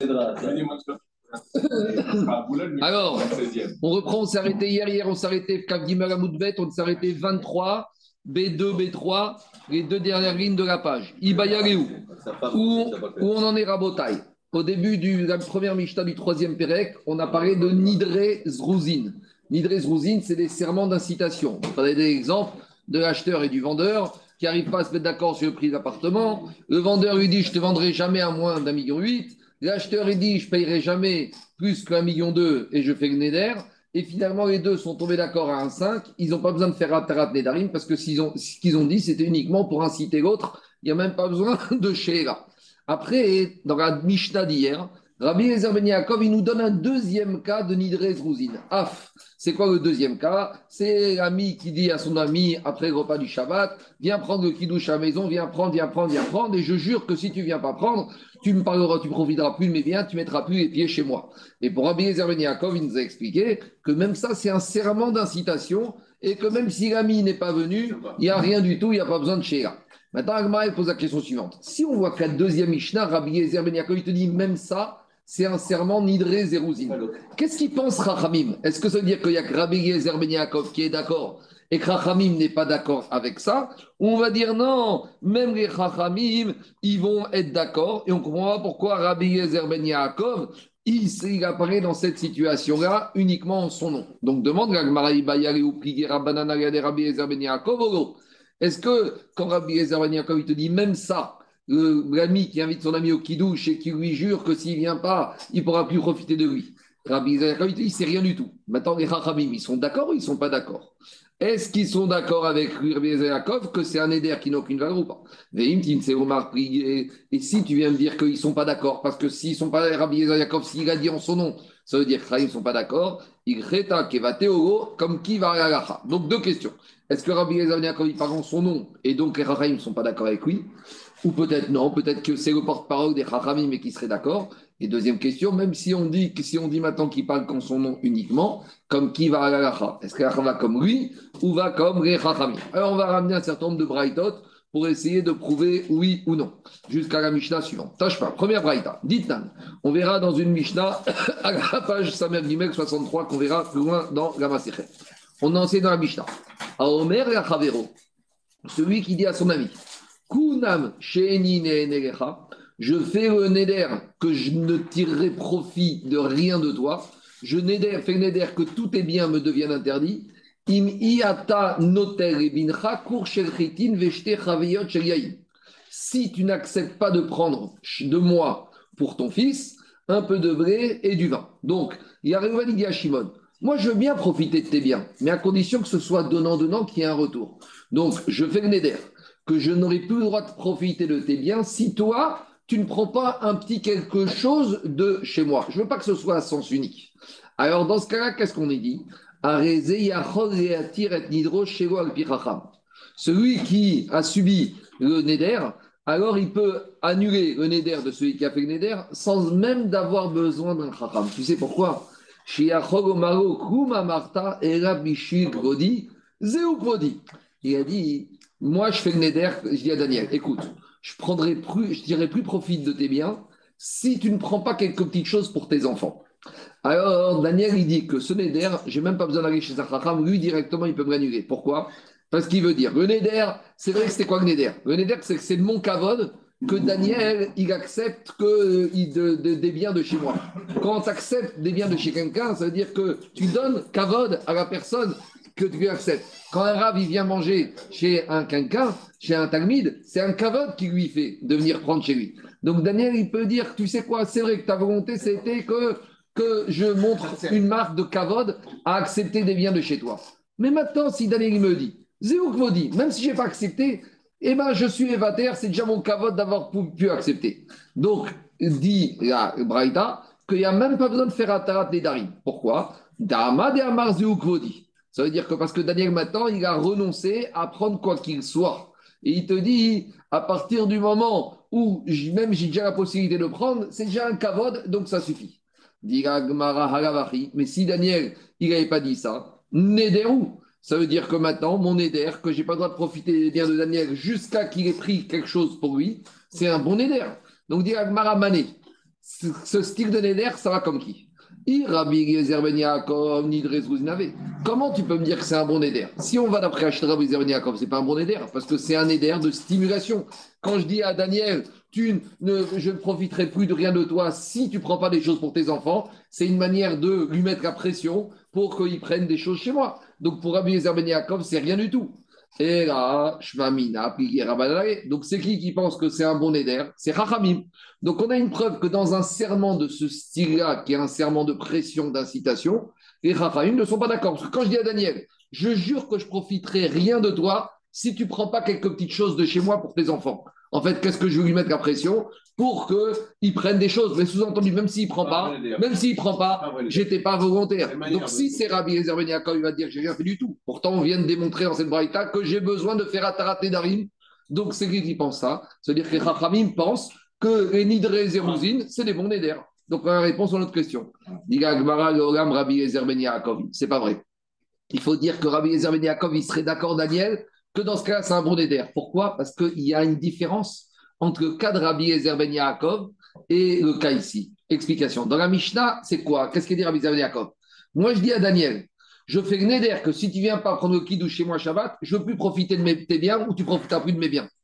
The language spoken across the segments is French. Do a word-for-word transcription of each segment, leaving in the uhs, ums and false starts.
Alors, on reprend, on s'est arrêté hier, hier on s'est arrêté Kavdimer Amoudbet, on s'est arrêté vingt-trois, B deux, B trois, les deux dernières lignes de la page. Ibayareu, où, où on en est Rabotai. Au début de la première Mishnah du troisième Pérec, on a parlé de Nidre Zrouzin. Nidre Zrouzin, c'est des serments d'incitation. On a des exemples de l'acheteur et du vendeur qui n'arrivent pas à se mettre d'accord sur le prix de l'appartement. Le vendeur lui dit, je ne te vendrai jamais à moins d'un million huit. L'acheteur, il dit, je ne payerai jamais plus qu'un million deux et je fais le néder. Et finalement, les deux sont tombés d'accord à un virgule cinq. Ils n'ont pas besoin de faire Atarat Nedarim parce que s'ils ont, ce qu'ils ont dit, c'était uniquement pour inciter l'autre. Il n'y a même pas besoin de Sheila. Après, dans la Mishnah d'hier, Rabbi Eliezer Ben Yaakov, il nous donne un deuxième cas de Nidre Zrouzin. Af, c'est quoi le deuxième cas? C'est l'ami qui dit à son ami, après le repas du Shabbat, viens prendre le kidouche à la maison, viens prendre, viens prendre, viens prendre, et je jure que si tu ne viens pas prendre, tu me parleras, tu ne profiteras plus de mes biens, tu ne mettras plus les pieds chez moi. Et pour Rabbi Eliezer Ben Yaakov, il nous a expliqué que même ça, c'est un serment d'incitation, et que même si l'ami n'est pas venu, il n'y a rien du tout, il n'y a pas besoin de Shéra. Maintenant, Agmara pose la question suivante. Si on voit qu'à la deuxième Mishnah, Rabbi Eliezer Ben Yaakov, il te dit même ça, c'est un serment Nidre Zérouzine. Qu'est-ce qu'il pense Rachamim? Est-ce que ça veut dire qu'il y a que Rabbi Eliezer Ben Yaakov qui est d'accord et que Rachamim n'est pas d'accord avec ça? Ou on va dire non, même les Rachamim, ils vont être d'accord et on ne comprend pas pourquoi Rabbi Eliezer Ben Yaakov, il, il apparaît dans cette situation-là uniquement en son nom. Donc demande l'Agmara Ibayari ou Pligera Banana Rabbi Eliezer Ben Yaakov ou non? Est-ce que quand Rabbi Eliezer Ben Yaakov il te dit même ça, l'ami qui invite son ami au kidouche et qui lui jure que s'il ne vient pas, il ne pourra plus profiter de lui. Rabbi Eliezer Ben Yaakov il te dit c'est rien du tout. Maintenant les Chachamim, ils sont d'accord ou ils ne sont pas d'accord? Est-ce qu'ils sont d'accord avec Rabbi Eliezer Ben Yaakov que c'est un éder qui n'a aucune valeur ou pas? Et si tu viens me dire qu'ils ne sont pas d'accord, parce que s'ils ne sont pas Rabbi Eliezer Ben Yaakov, s'il a dit en son nom, ça veut dire que Chachamim ne sont pas d'accord. Il reta keva teoro comme qui va à la. Donc deux questions. Est-ce que Rabbi Eliezer Ben Yaakov parle en son nom et donc les Chachamim ne sont pas d'accord avec lui? Ou peut-être non, peut-être que c'est le porte-parole des Chachamim mais qui serait d'accord. Et deuxième question, même si on dit, si on dit maintenant qu'il parle qu'en son nom uniquement, comme qui va à la lacha? Est-ce que la va comme lui ou va comme les Chachamim? Alors on va ramener un certain nombre de braïtot pour essayer de prouver oui ou non, jusqu'à la Mishnah suivante. Tâche pas. Première braïta, Ditnan. On verra dans une Mishnah à la page Samer Gimel soixante-trois qu'on verra plus loin dans la Masechet. On a enseigné dans la Mishnah. A Omer et Chavero, celui qui dit à son ami, Kunam she'eni ne'enerecha, je fais le neder que je ne tirerai profit de rien de toi. Je neder, fais le neder que tous tes biens me deviennent interdits. Im iata noter ebincha kur shel chitin veshte chaviyot shel yayin. Si tu n'acceptes pas de prendre de moi pour ton fils un peu de blé et du vin. Donc, il y a Reuven qui dit à Shimon, moi je veux bien profiter de tes biens, mais à condition que ce soit donnant-donnant qu'il y ait un retour. Donc, je fais le neder que je n'aurai plus le droit de profiter de tes biens si toi, tu ne prends pas un petit quelque chose de chez moi. Je ne veux pas que ce soit à sens unique. Alors, dans ce cas-là, qu'est-ce qu'on est dit? Celui qui a subi le neder, alors il peut annuler le neder de celui qui a fait le neder sans même d'avoir besoin d'un chacham. Tu sais pourquoi? Il a dit, moi je fais le neder, je dis à Daniel, écoute, je prendrai plus, je dirai plus profit de tes biens si tu ne prends pas quelques petites choses pour tes enfants. Alors Daniel il dit que ce neder, j'ai même pas besoin d'aller chez un chacham, lui directement il peut me l'annuler. Pourquoi? Parce qu'il veut dire, le neder, c'est vrai que c'était quoi le neder? Le neder c'est que c'est de mon kavod que Daniel il accepte que de, de, des biens de chez moi. Quand tu acceptes des biens de chez quelqu'un, ça veut dire que tu donnes kavod à la personne que tu acceptes. Quand un rave il vient manger chez un quelqu'un, chez un talmide, c'est un kavod qui lui fait de venir prendre chez lui. Donc Daniel, il peut dire, tu sais quoi, c'est vrai que ta volonté, c'était que, que je montre une marque de kavod à accepter des biens de chez toi. Mais maintenant, si Daniel il me dit, Zéouk me dit, même si je n'ai pas accepté, eh ben, je suis évater, c'est déjà mon kavod d'avoir pu accepter. Donc, dit la Braïta, qu'il n'y a même pas besoin de faire Atarat Nedarim. Pourquoi? Dama de Amar Zéouk me dit. Ça veut dire que parce que Daniel, maintenant, il a renoncé à prendre quoi qu'il soit. Et il te dit, à partir du moment où même j'ai déjà la possibilité de prendre, c'est déjà un kavod, donc ça suffit. Mais si Daniel, il n'avait pas dit ça, Nederou, ça veut dire que maintenant, mon Neder, que je n'ai pas le droit de profiter des biens de Daniel jusqu'à qu'il ait pris quelque chose pour lui, c'est un bon Neder. Donc, dit Agmara Mané, ce, ce style de Neder, ça va comme qui? Rabbi Eliezer ben Yaakov, Nidre Zouzinave. Comment tu peux me dire que c'est un bon Neder? Si on va d'après acheter Rabbi Eliezer ben Yaakov, c'est pas un bon Neder, parce que c'est un Neder de stimulation. Quand je dis à Daniel, tu ne, je ne profiterai plus de rien de toi si tu ne prends pas des choses pour tes enfants, c'est une manière de lui mettre la pression pour qu'il prenne des choses chez moi. Donc pour Rabbi Eliezer ben Yaakov, c'est rien du tout. Et là, Shvamina, Pigi, Rabbanare. Donc c'est qui qui pense que c'est un bon Neder? C'est Chachamim. Donc, on a une preuve que dans un serment de ce style-là, qui est un serment de pression, d'incitation, les Raphaïm ne sont pas d'accord. Parce que quand je dis à Daniel, je jure que je profiterai rien de toi si tu ne prends pas quelques petites choses de chez moi pour tes enfants. En fait, qu'est-ce que je veux lui mettre la pression pour qu'ils prennent des choses? Mais sous-entendu, même s'il ne prend pas, même s'il ne prend pas, j'étais pas volontaire. Donc, si c'est Rabbi Eliezer ben Yaakov, il va dire, j'ai rien fait du tout. Pourtant, on vient de démontrer dans cette braïta que j'ai besoin de faire Atarat Nedarim. Donc, c'est qui qui pense ça? C'est-à-dire que les Chachamim pensent que les Nidre et Zérouzine, c'est des bons Neder. Donc, on a la réponse à notre question. C'est pas vrai. Il faut dire que Rabbi Eliezer ben Yaakov, il serait d'accord, Daniel, que dans ce cas-là, c'est un bon Neder. Pourquoi? Parce qu'il y a une différence entre le cas de Rabbi Eliezer ben Yaakov et le cas ici. Explication. Dans la Mishnah, c'est quoi? Qu'est-ce qu'il dit Rabbi Eliezer ben Yaakov? Moi, je dis à Daniel, je fais le Neder que si tu viens pas prendre le kidouche chez moi Shabbat, je ne veux plus profiter de mes, tes biens ou tu ne profites plus de mes biens.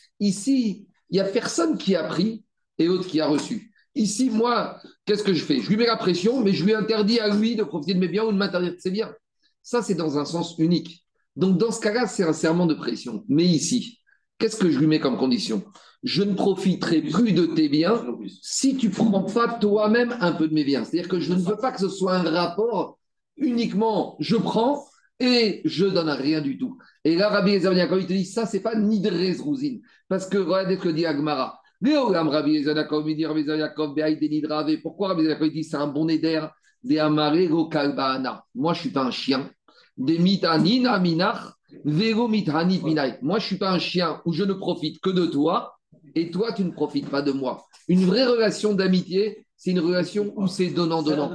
Ici, il n'y a personne qui a pris et l'autre qui a reçu. Ici, moi, qu'est-ce que je fais? Je lui mets la pression, mais je lui interdis à lui de profiter de mes biens ou de m'interdire de ses biens. Ça, c'est dans un sens unique. Donc, dans ce cas-là, c'est un serment de pression. Mais ici, qu'est-ce que je lui mets comme condition? Je ne profiterai plus de tes biens si tu ne prends pas toi-même un peu de mes biens. C'est-à-dire que je ne veux pas que ce soit un rapport uniquement je prends et je donne rien du tout. Et là, Rabbi Eliezer ben Yaakov, il te dit, ça, c'est pas Nidre Zrouzine. Parce que, regardez ce que dit Agmara. Rabbi Eliezer ben Yaakov, il dit Rabbi Eliezer ben Yaakov, pourquoi Rabbi Eliezer ben Yaakov, il dit, c'est un bon Neder, des Amare go Kalbana. Moi, je ne suis pas un chien. Des Mitanina Minach, Vego Mitanit Minai. Moi, je ne suis pas un chien où je ne profite que de toi et toi, tu ne profites pas de moi. Une vraie relation d'amitié, c'est une relation où c'est donnant-donnant.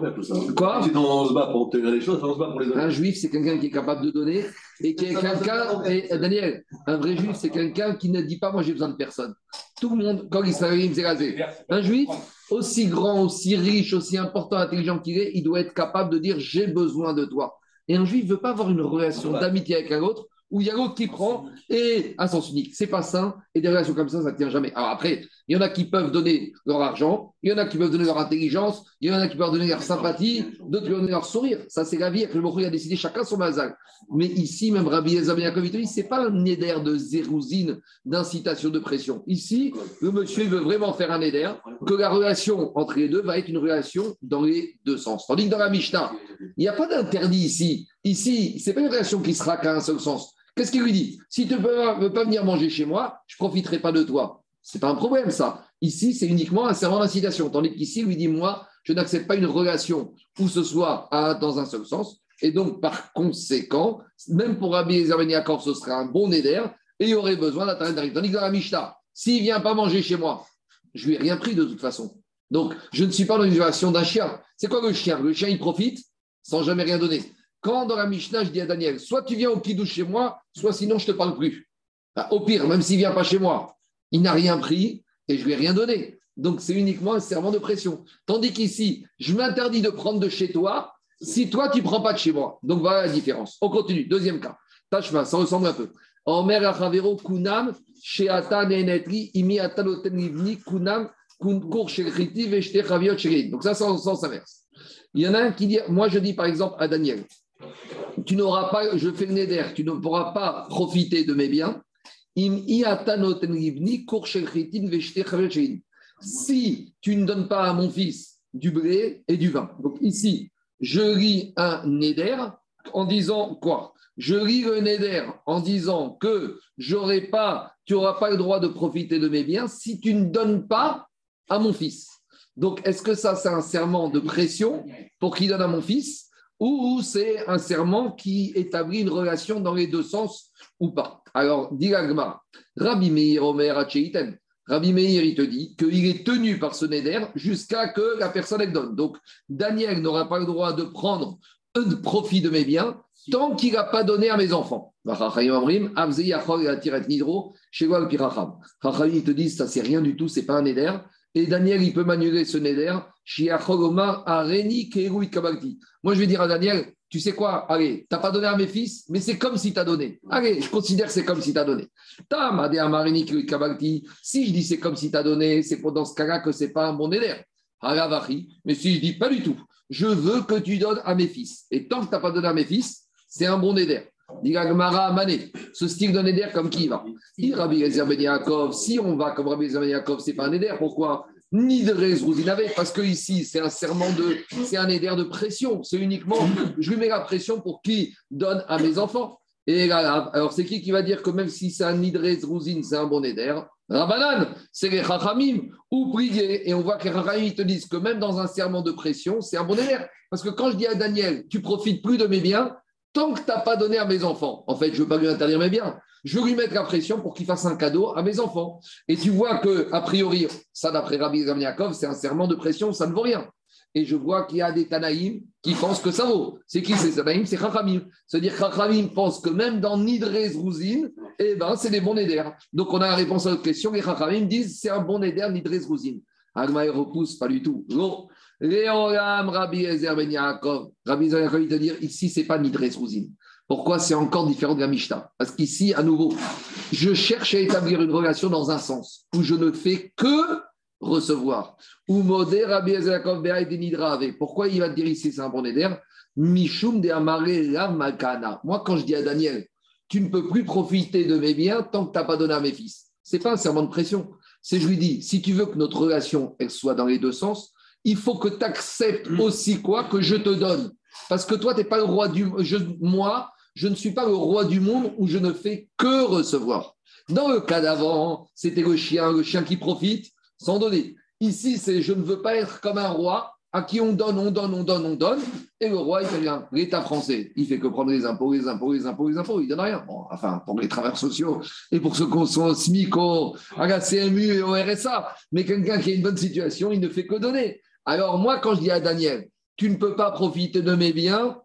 Quoi? On se bat pour obtenir les choses, on se bat pour les donner. Un juif, c'est quelqu'un qui est capable de donner et qui est quelqu'un. Et Daniel, un vrai juif, c'est quelqu'un qui ne dit pas moi j'ai besoin de personne. Tout le monde, quand il s'arrive, c'est rasé. Un juif, aussi grand, aussi riche, aussi important, intelligent qu'il est, il doit être capable de dire j'ai besoin de toi. Et un juif ne veut pas avoir une relation d'amitié avec un autre où il y a l'autre qui prend et à sens unique. C'est pas sain et des relations comme ça, ça ne tient jamais. Alors après, il y en a qui peuvent donner leur argent, il y en a qui peuvent donner leur intelligence, il y en a qui peuvent donner leur sympathie, d'autres qui peuvent donner leur sourire. Ça, c'est la vie. Le Bokhu a décidé chacun son mazal. Mais ici, même Rabbi Eliezer ben Yaakov, ce n'est pas un néder de zérouzine, d'incitation, de pression. Ici, le monsieur veut vraiment faire un néder, que la relation entre les deux va être une relation dans les deux sens. Tandis que dans la Mishnah, il n'y a pas d'interdit ici. Ici, ce n'est pas une relation qui sera qu'à un seul sens. Qu'est-ce qu'il lui dit? Si tu ne veux, veux pas venir manger chez moi, je ne profiterai pas de toi. Ce n'est pas un problème, ça. Ici, c'est uniquement un serment d'incitation. Tandis qu'ici, il lui dit, moi, je n'accepte pas une relation où ce soit à, dans un seul sens. Et donc, par conséquent, même pour Rabbi Eliezer ben Yaakov, ce serait un bon éder et il y aurait besoin d'atteindre d'arriver. Tandis que dans la Mishnah, s'il ne vient pas manger chez moi, je ne lui ai rien pris de toute façon. Donc, je ne suis pas dans une relation d'un chien. C'est quoi le chien? Le chien, il profite sans jamais rien donner. Quand dans la Mishnah, je dis à Daniel, soit tu viens au kidouche chez moi, soit sinon je ne te parle plus. Bah, au pire, même s'il ne vient pas chez moi, il n'a rien pris et je ne lui ai rien donné. Donc, c'est uniquement un serment de pression. Tandis qu'ici, je m'interdis de prendre de chez toi si toi, tu ne prends pas de chez moi. Donc, voilà la différence. On continue. Deuxième cas. Tachma, ça ressemble un peu. Omer achavero kunam sheata nenetri imi ataloten livni kunam kunkur shekriti veshte chaviot shekrit. Donc, ça, c'est en sens inverse. Il y en a un qui dit, moi, je dis par exemple à Daniel, tu n'auras pas, je fais le néder, tu ne pourras pas profiter de mes biens. Si tu ne donnes pas à mon fils du blé et du vin. Donc ici, je lis un néder en disant quoi? Je lis le néder en disant que j'aurai pas, tu n'auras pas le droit de profiter de mes biens si tu ne donnes pas à mon fils. Donc est-ce que ça, c'est un serment de pression pour qu'il donne à mon fils? Ou c'est un serment qui établit une relation dans les deux sens ou pas? Alors, dit l'Agma, Rabbi Meir Omer Hacheiten. Rabbi Meir, il te dit qu'il est tenu par ce néder jusqu'à que la personne elle donne. Donc, Daniel n'aura pas le droit de prendre un profit de mes biens tant qu'il n'a pas donné à mes enfants. Chachamim, ils te disent, ça c'est rien du tout, c'est pas un néder. Et Daniel, il peut m'annuler ce neder. Moi, je vais dire à Daniel, tu sais quoi, allez, tu n'as pas donné à mes fils, mais c'est comme si tu as donné. Allez, je considère que c'est comme si tu as donné. Si je dis c'est comme si tu as donné, c'est pour dans ce cas-là que ce n'est pas un bon neder. Mais si je dis pas du tout, je veux que tu donnes à mes fils. Et tant que tu n'as pas donné à mes fils, c'est un bon neder. Ce style de neder, comme qui va? Rabbi Eliezer Ben Yaakov, si on va comme Rabbi Eliezer Ben Yaakov, ce n'est pas un neder. Pourquoi? Ni de Rouzinavé, parce que ici, c'est un serment de. C'est un neder de pression. C'est uniquement, je lui mets la pression pour qui donne à mes enfants. Et là, alors, c'est qui qui va dire que même si c'est un Nidrez Rouzine, c'est un bon neder? Rabbanan, c'est les Chachamim, ou prier. Et on voit que les Chachamim te disent que même dans un serment de pression, c'est un bon neder. Parce que quand je dis à Daniel, tu profites plus de mes biens, tant que tu n'as pas donné à mes enfants. En fait, je ne veux pas lui interdire mes biens. Je veux lui mettre la pression pour qu'il fasse un cadeau à mes enfants. Et tu vois que, a priori, ça d'après Rabbi Eliezer Ben Yaakov, c'est un serment de pression, ça ne vaut rien. Et je vois qu'il y a des Tanaïm qui pensent que ça vaut. C'est qui ces Tanaïm? C'est Chachamim. C'est-à-dire que Chachamim pense que même dans Nidrez Rouzine, eh ben, c'est des bons néder. Donc on a la réponse à notre question. Les Chachamim disent c'est un bon néder Nidrez Rouzine. Agmaï repousse, pas du tout. Non. Léolam Rabbi Eliezer Ben Yaakov. Rabbi Eliezer Ben Yaakov, il te dire ici, c'est pas Nidrez Rouzine. Pourquoi c'est encore différent de la Mishnah? Parce qu'ici, à nouveau, je cherche à établir une relation dans un sens où je ne fais que recevoir. Ou modé Rabbi Eliezer Ben Yaakov Be'aïd Nidrave. Pourquoi il va te dire ici, c'est un bon néder? Mishum de Amare la Makana. Moi, quand je dis à Daniel, tu ne peux plus profiter de mes biens tant que tu n'as pas donné à mes fils. Ce n'est pas un serment de pression. C'est je lui dis, si tu veux que notre relation elle soit dans les deux sens, il faut que tu acceptes aussi quoi que je te donne. Parce que toi, tu n'es pas le roi du je, moi, je ne suis pas le roi du monde où je ne fais que recevoir. Dans le cas d'avant, c'était le chien, le chien qui profite sans donner. Ici, c'est je ne veux pas être comme un roi à qui on donne, on donne, on donne, on donne. Et le roi, il fait rien. L'État français, il fait que prendre les impôts, les impôts, les impôts, les impôts, il ne donne rien. Bon, enfin, pour les travailleurs sociaux et pour ceux qui sont au SMIC, au, à la C M U et au R S A. Mais quelqu'un qui a une bonne situation, il ne fait que donner. Alors moi, quand je dis à Daniel, tu ne peux pas profiter de mes biens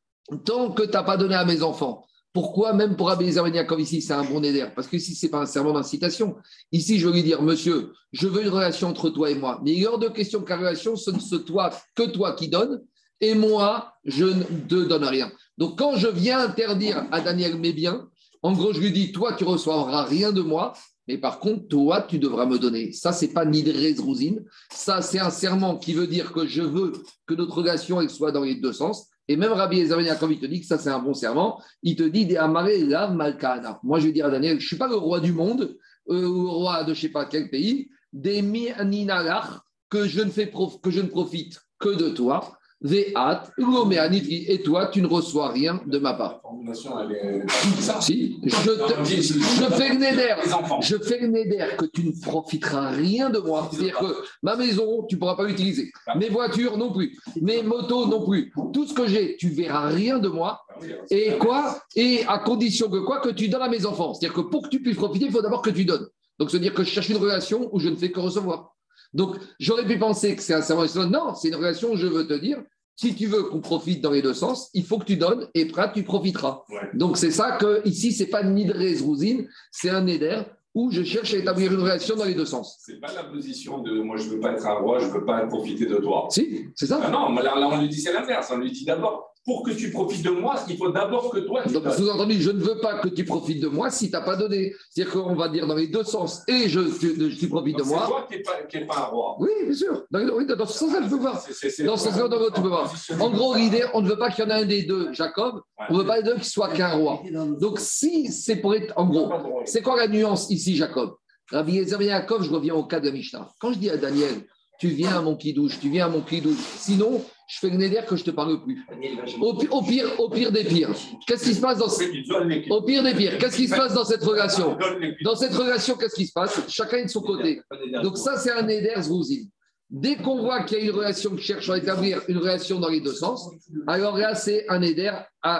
tant que tu n'as pas donné à mes enfants. Pourquoi, même pour Rabbi Eliezer Ben Yaakov ici, c'est un bon néder? Parce que ici, ce n'est pas un serment d'incitation. Ici, je veux lui dire, monsieur, je veux une relation entre toi et moi. Mais il est hors de question que la relation, ce ne soit toi, que toi qui donnes, et moi, je ne te donne rien. Donc, quand je viens interdire à Daniel mes biens, en gros, je lui dis, toi, tu ne recevras rien de moi, mais par contre, toi, tu devras me donner. Ça, ce n'est pas Nidrez Rouzine. Ça, c'est un serment qui veut dire que je veux que notre relation elle soit dans les deux sens. Et même Rabbi Eliezer Ben Yaakov, il te dit que ça, c'est un bon serment. Il te dit, des amaré la malkana. Moi, je vais dire à Daniel, je ne suis pas le roi du monde, euh, ou le roi de je ne sais pas quel pays, des mi'aninalach, que je ne fais prof, que je ne profite que de toi. Ve'at, et toi, tu ne reçois rien de ma part. La formulation, elle est... Si, je, te, je fais le néder. Je fais le néder que tu ne profiteras rien de moi. C'est-à-dire que ma maison, tu ne pourras pas l'utiliser. Mes voitures non plus. Mes motos non plus. Tout ce que j'ai, tu ne verras rien de moi. Et quoi? Et à condition que quoi? Que tu donnes à mes enfants. C'est-à-dire que pour que tu puisses profiter, il faut d'abord que tu donnes. Donc, c'est-à-dire que je cherche une relation où je ne fais que recevoir. Donc, j'aurais pu penser que c'est un serment. Non, c'est une relation où je veux te dire, si tu veux qu'on profite dans les deux sens, il faut que tu donnes et après, tu profiteras. Ouais. Donc, c'est ça que ici, ce n'est pas Nidrez Rouzine, c'est un néder où je cherche à établir une relation dans les deux sens. Ce n'est pas la position de moi, je ne veux pas être un roi, je ne veux pas profiter de toi. Si, c'est ça. Ah non, là, là, on lui dit c'est l'inverse. On lui dit d'abord, pour que tu profites de moi, il faut d'abord que toi. Tu Donc, sous-entendu, je ne veux pas que tu profites de moi si tu n'as pas donné. C'est-à-dire qu'on va dire dans les deux sens, et je, tu, tu profites Donc, de moi. C'est toi qui n'es pas, qui est pas un roi. Oui, bien sûr. Dans, oui, dans ce sens-là, je peux voir. C'est, c'est, c'est dans ce sens-là, tu peux voir. En gros, l'idée, on ne veut pas qu'il y en ait un des deux, Jacob. Ouais. On ne veut pas les deux qui soit qu'un roi. Donc, si c'est pour être. En gros, c'est quoi la nuance ici, Jacob? Rabbi Eliezer Ben Yaakov, je reviens au cas de la Mishnah. Quand je dis à Daniel, tu viens à mon kidouche, tu viens à mon kidouche, sinon, je fais le néder que je ne te parle plus. Au, au, pire, au pire des pires, qu'est-ce qui se passe dans Au pire des pires, qu'est-ce qui se passe dans cette relation? Dans cette relation, qu'est-ce qui se passe? Chacun est de son côté. Donc ça, c'est un néder zrouzine. Dès qu'on voit qu'il y a une relation qui cherche à établir une relation dans les deux sens, alors là, c'est un néder,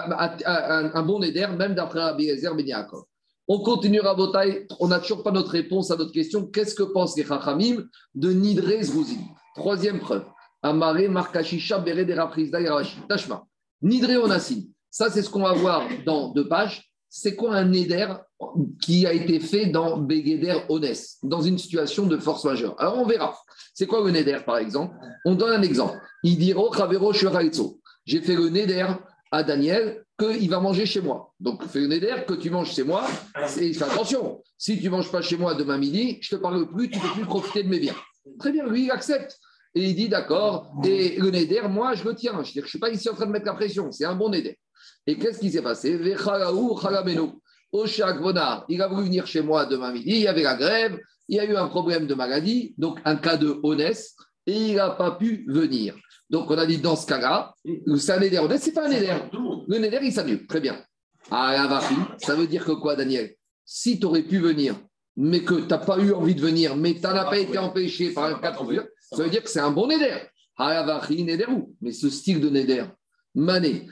un bon néder, même d'après Rabbi Eliezer Ben Yaakov. On continuera à Botaï, on n'a toujours pas notre réponse à notre question. Qu'est-ce que pensent les Chachamim de Nidrez Rouzine? Troisième preuve. Amare Markashisha Bere de Raprisda Yarashi. Tashma. Nidré Onassim. Ça, c'est ce qu'on va voir dans deux pages. c'est quoi un Neder qui a été fait dans Begeder Onès, dans une situation de force majeure? Alors on verra. C'est quoi le Neder, par exemple? On donne un exemple. Il dit oh, Chavero Shuraitzo. J'ai fait le Neder à Daniel qu'il va manger chez moi. Donc, fais le Neder que tu manges chez moi. Et fais attention, si tu ne manges pas chez moi demain midi, je ne te parle plus, tu ne peux plus profiter de mes biens. Très bien, lui, il accepte. Et il dit d'accord. Et le Neder, moi, je le tiens. Je ne je suis pas ici en train de mettre la pression. C'est un bon Neder. Et qu'est-ce qui s'est passé? Il a voulu venir chez moi demain midi. Il y avait la grève. Il y a eu un problème de maladie. Donc, un cas de honnête. Et il n'a pas pu venir. Donc, on a dit dans ce cas-là, c'est un Neder honnête, ce n'est pas un Neder. Le Neder, il s'annule. Très bien. Ah, ça veut dire que quoi, Daniel? Si tu aurais pu venir, mais que tu n'as pas eu envie de venir, mais tu n'as pas été empêché par un cas de figure, ça veut dire que c'est un bon Neder. Ah, mais ce style de Neder, Mané,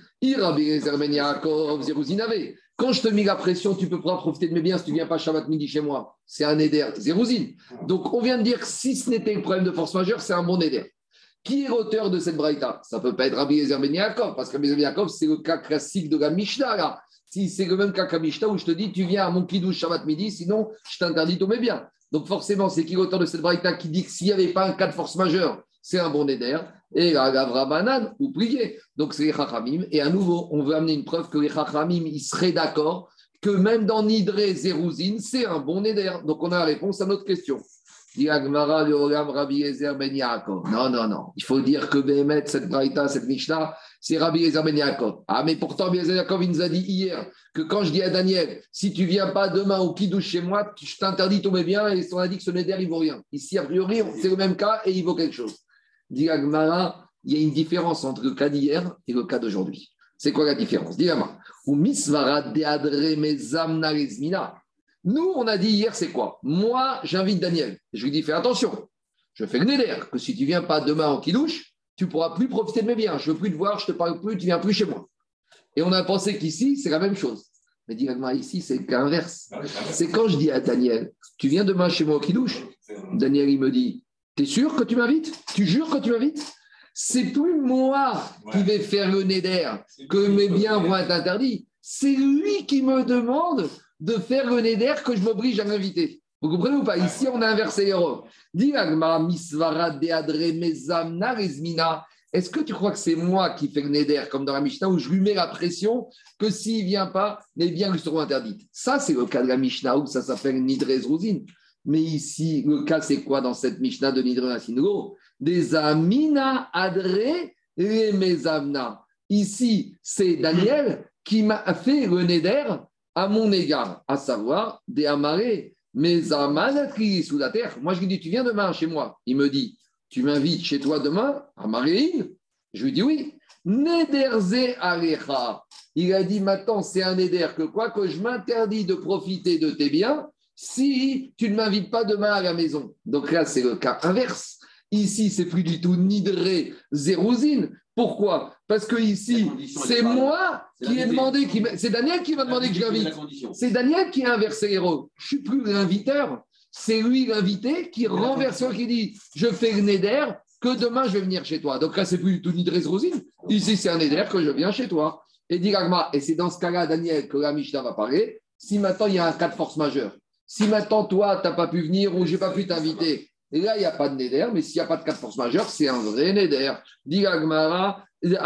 quand je te mets la pression, tu ne peux pas profiter de mes biens si tu ne viens pas Shabbat midi chez moi. C'est un Neder, Zérouzine. Donc, on vient de dire que si ce n'était le problème de force majeure, c'est un bon Neder. Qui est l'auteur de cette braïta? Ça ne peut pas être Rabbi Eliezer Ben Yaakov, parce que Rabbi Eliezer Ben Yaakov, c'est le cas classique de la Mishnah, là. Si c'est le même cas que la Mishnah où je te dis, tu viens à mon kidouche Shabbat midi, sinon je t'interdis tous mes biens. Donc forcément, c'est qui l'auteur de cette braïta qui dit que s'il n'y avait pas un cas de force majeure, c'est un bon Neder, et la Gavra Banan, ou prier. Donc c'est les Chachamim, et à nouveau, on veut amener une preuve que les Chachamim, ils seraient d'accord que même dans Nidré Zérouzine, c'est un bon Neder. Donc on a la réponse à notre question. Non, non, non. Il faut dire que Béhémet, cette braïta, cette Mishnah, c'est Rabbi Eliezer Ben Yaakov. Ah, mais pourtant, Rabbi Eliezer Ben Yaakov, il nous a dit hier que quand je dis à Daniel, si tu ne viens pas demain au kidouche chez moi, je t'interdis tous mes biens, et on a dit que ce Neder, il ne vaut rien. Ici, a priori, c'est le même cas et il vaut quelque chose. Dit Agmara, il y a une différence entre le cas d'hier et le cas d'aujourd'hui. C'est quoi la différence? Dis moi. Ou misvara deadre mezamna rezmina. Nous, on a dit hier, c'est quoi? Moi, j'invite Daniel. Je lui dis, fais attention. Je fais le Neder, que si tu ne viens pas demain en kidouche, tu ne pourras plus profiter de mes biens. Je ne veux plus te voir, je ne te parle plus, tu ne viens plus chez moi. Et on a pensé qu'ici, c'est la même chose. Mais dis ici, c'est le cas inverse. C'est quand je dis à Daniel, tu viens demain chez moi au kidouche. Daniel, il me dit, tu es sûr que tu m'invites? Tu jures que tu m'invites? C'est plus moi qui vais faire le Neder, que mes biens vont être interdits. C'est lui qui me demande de faire le Neder que je m'oblige à m'inviter. Vous comprenez ou pas? Ici, on a inversé les rôles. Est-ce que tu crois que c'est moi qui fais le Neder, comme dans la Mishnah, où je lui mets la pression que s'il ne vient pas, les biens lui seront interdits? Ça, c'est le cas de la Mishnah où ça s'appelle Nidrez Rouzin. Mais ici, le cas, c'est quoi dans cette Mishnah de Nidrez Rouzin? Des Amina Adre et Mezamna. Ici, c'est Daniel qui m'a fait le Neder à mon égard, à savoir des amarrés, mes amanatri sous la terre. Moi, je lui dis, tu viens demain chez moi. Il me dit, tu m'invites chez toi demain, à Maréine? Je lui dis oui. Nederze arecha. Il a dit, maintenant, c'est un neder que quoi que je m'interdis de profiter de tes biens si tu ne m'invites pas demain à la maison. Donc là, c'est le cas inverse. Ici, c'est plus du tout nidré zérouzine. Pourquoi? Parce que ici, c'est moi qui ai demandé, qui c'est Daniel qui m'a demandé que je l'invite. C'est Daniel qui a inversé les rôles. Je ne suis plus l'inviteur. C'est lui l'invité qui renverse, qui dit je fais le neder que demain je vais venir chez toi. Donc là, c'est plus du tout nidré zérouzine. Ici, c'est un neder que je viens chez toi. Et dit Ragma, et c'est dans ce cas-là, Daniel, que la Mishnah va parler. Si maintenant il y a un cas de force majeure, si maintenant toi, tu n'as pas pu venir ou je n'ai pas pu t'inviter, et là, il n'y a pas de neder, mais s'il n'y a pas de cas de force majeure, c'est un vrai neder. Dit Agmara,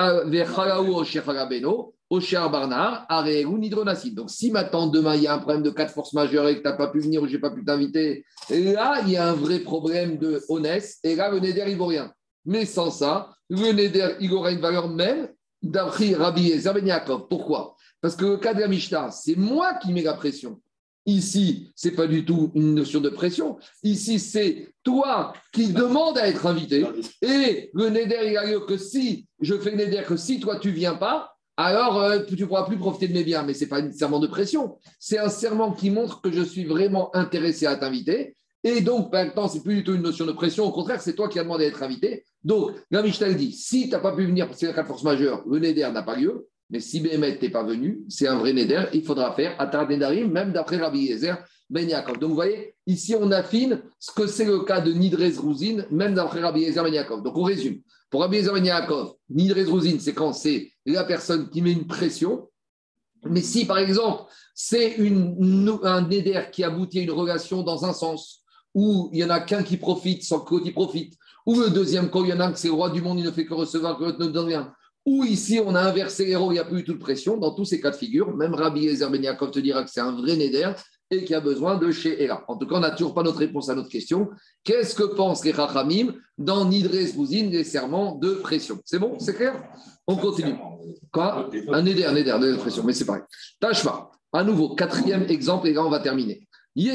donc, si maintenant, demain, il y a un problème de cas de force majeure et que tu n'as pas pu venir ou je n'ai pas pu t'inviter, là, il y a un vrai problème de honnête, et là, le neder, il ne vaut rien. Mais sans ça, le neder, il aura une valeur même d'après Rabbi Eliezer Ben Yaakov. Pourquoi? Parce que le cas de la Mishnah, c'est moi qui mets la pression. Ici, ce n'est pas du tout une notion de pression. Ici, c'est toi qui demande à être invité. Et le neder, il a lieu que si je fais le neder, que si toi tu ne viens pas, alors euh, tu ne pourras plus profiter de mes biens. Mais ce n'est pas un serment de pression. C'est un serment qui montre que je suis vraiment intéressé à t'inviter. Et donc, maintenant, ce n'est plus du tout une notion de pression. Au contraire, c'est toi qui as demandé à être invité. Donc, la Mishnah dit, si tu n'as pas pu venir parce que c'est un cas de force majeure, le neder n'a pas lieu. Mais si Béhémet n'est pas venu, c'est un vrai neder, il faudra faire Atar Nedarim, même d'après Rabbi Eliezer Ben Yaakov. Donc vous voyez, ici on affine ce que c'est le cas de Nidrez Rouzin, même d'après Rabbi Eliezer Ben Yaakov. Donc on résume. Pour Rabbi Eliezer Ben Yaakov, Nidrez Rouzin, c'est quand c'est la personne qui met une pression Mais si, par exemple, c'est une, un néder qui aboutit à une relation dans un sens, où il n'y en a qu'un qui profite sans que l'autre y profite, ou le deuxième cas, il y en a un que c'est le roi du monde, il ne fait que recevoir, que l'autre ne donne rien, ou ici, on a inversé les rôles, il n'y a plus du tout de pression, dans tous ces cas de figure, même Rabbi Eliezer Ben Yaakov te dira que c'est un vrai néder et qui a besoin de chez Ela. En tout cas, on n'a toujours pas notre réponse à notre question. Qu'est-ce que pensent les Chachamim dans Nidre Zbouzine, les serments de pression? C'est bon? C'est clair? On continue. Quoi? Un néder, un néder de pression, mais c'est pareil. Tashma, à nouveau, quatrième exemple, et là, on va terminer.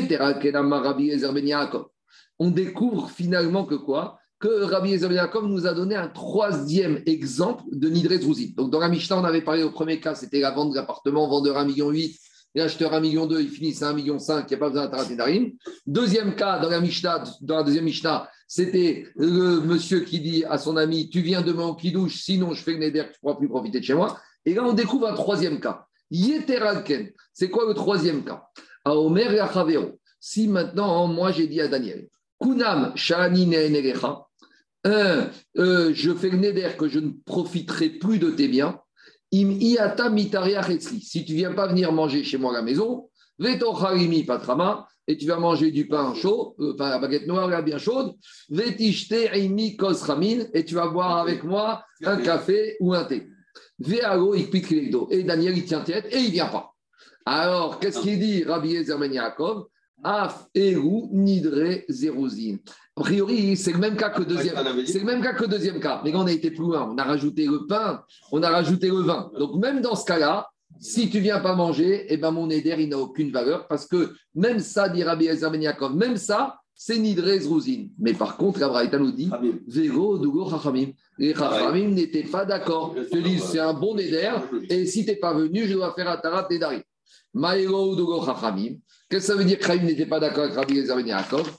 On découvre finalement que quoi? Que Rabbi Eliezer Ben Yaakov nous a donné un troisième exemple de Nidre Zbouzine. Donc, dans la Mishnah, on avait parlé au premier cas, c'était la vente de l'appartement, vendeur un virgule huit million. Et acheteur un million deux, ils finissent à un virgule cinq million, il n'y a pas besoin d'Atarat Nedarim. Deuxième cas, dans la Mishnah, dans la deuxième Mishnah, c'était le monsieur qui dit à son ami, tu viens demain au Kidouche, sinon je fais le Neder, tu ne pourras plus profiter de chez moi. Et là, on découvre un troisième cas. Yeteralken. C'est quoi le troisième cas? À Omer et à Chavero. Si maintenant, moi, j'ai dit à Daniel, Kunam Shani Ne'enerecha, un, euh, je fais le Neder que je ne profiterai plus de tes biens. Im iata mitaria chetzli. Si tu viens pas venir manger chez moi à la maison, veto harimi patrama, et tu vas manger du pain chaud, euh, enfin la baguette noire là, bien chaude, vetishte imi kosramin, et tu vas boire avec moi un café ou un thé. Vealo ikpikrido. Et Daniel il tient tête et il vient pas. Alors qu'est-ce qu'il dit Rabbi Eliezer Ben Yaakov? Af eru nidre zerozine. A priori, c'est le même cas que deuxième. C'est le même cas que deuxième cas. Mais quand on a été plus loin, on a rajouté le pain, on a rajouté le vin. Donc même dans ce cas-là, si tu viens pas manger, eh ben mon éder il n'a aucune valeur parce que même ça, dit Rabbi Eliezer Ben Yaakov, même ça, c'est nidre zerozine. Mais par contre, la Braïta nous dit, Véro dugo chachamim. Les chachamim n'étaient pas d'accord. Ils te disent c'est un bon éder et si tu n'es pas venu, je dois faire un tarat nedarim. Maïro dugo chachamim. Qu'est-ce que ça veut dire que Chaim n'était pas d'accord avec Rabbi Eliezer Ben Yaakov?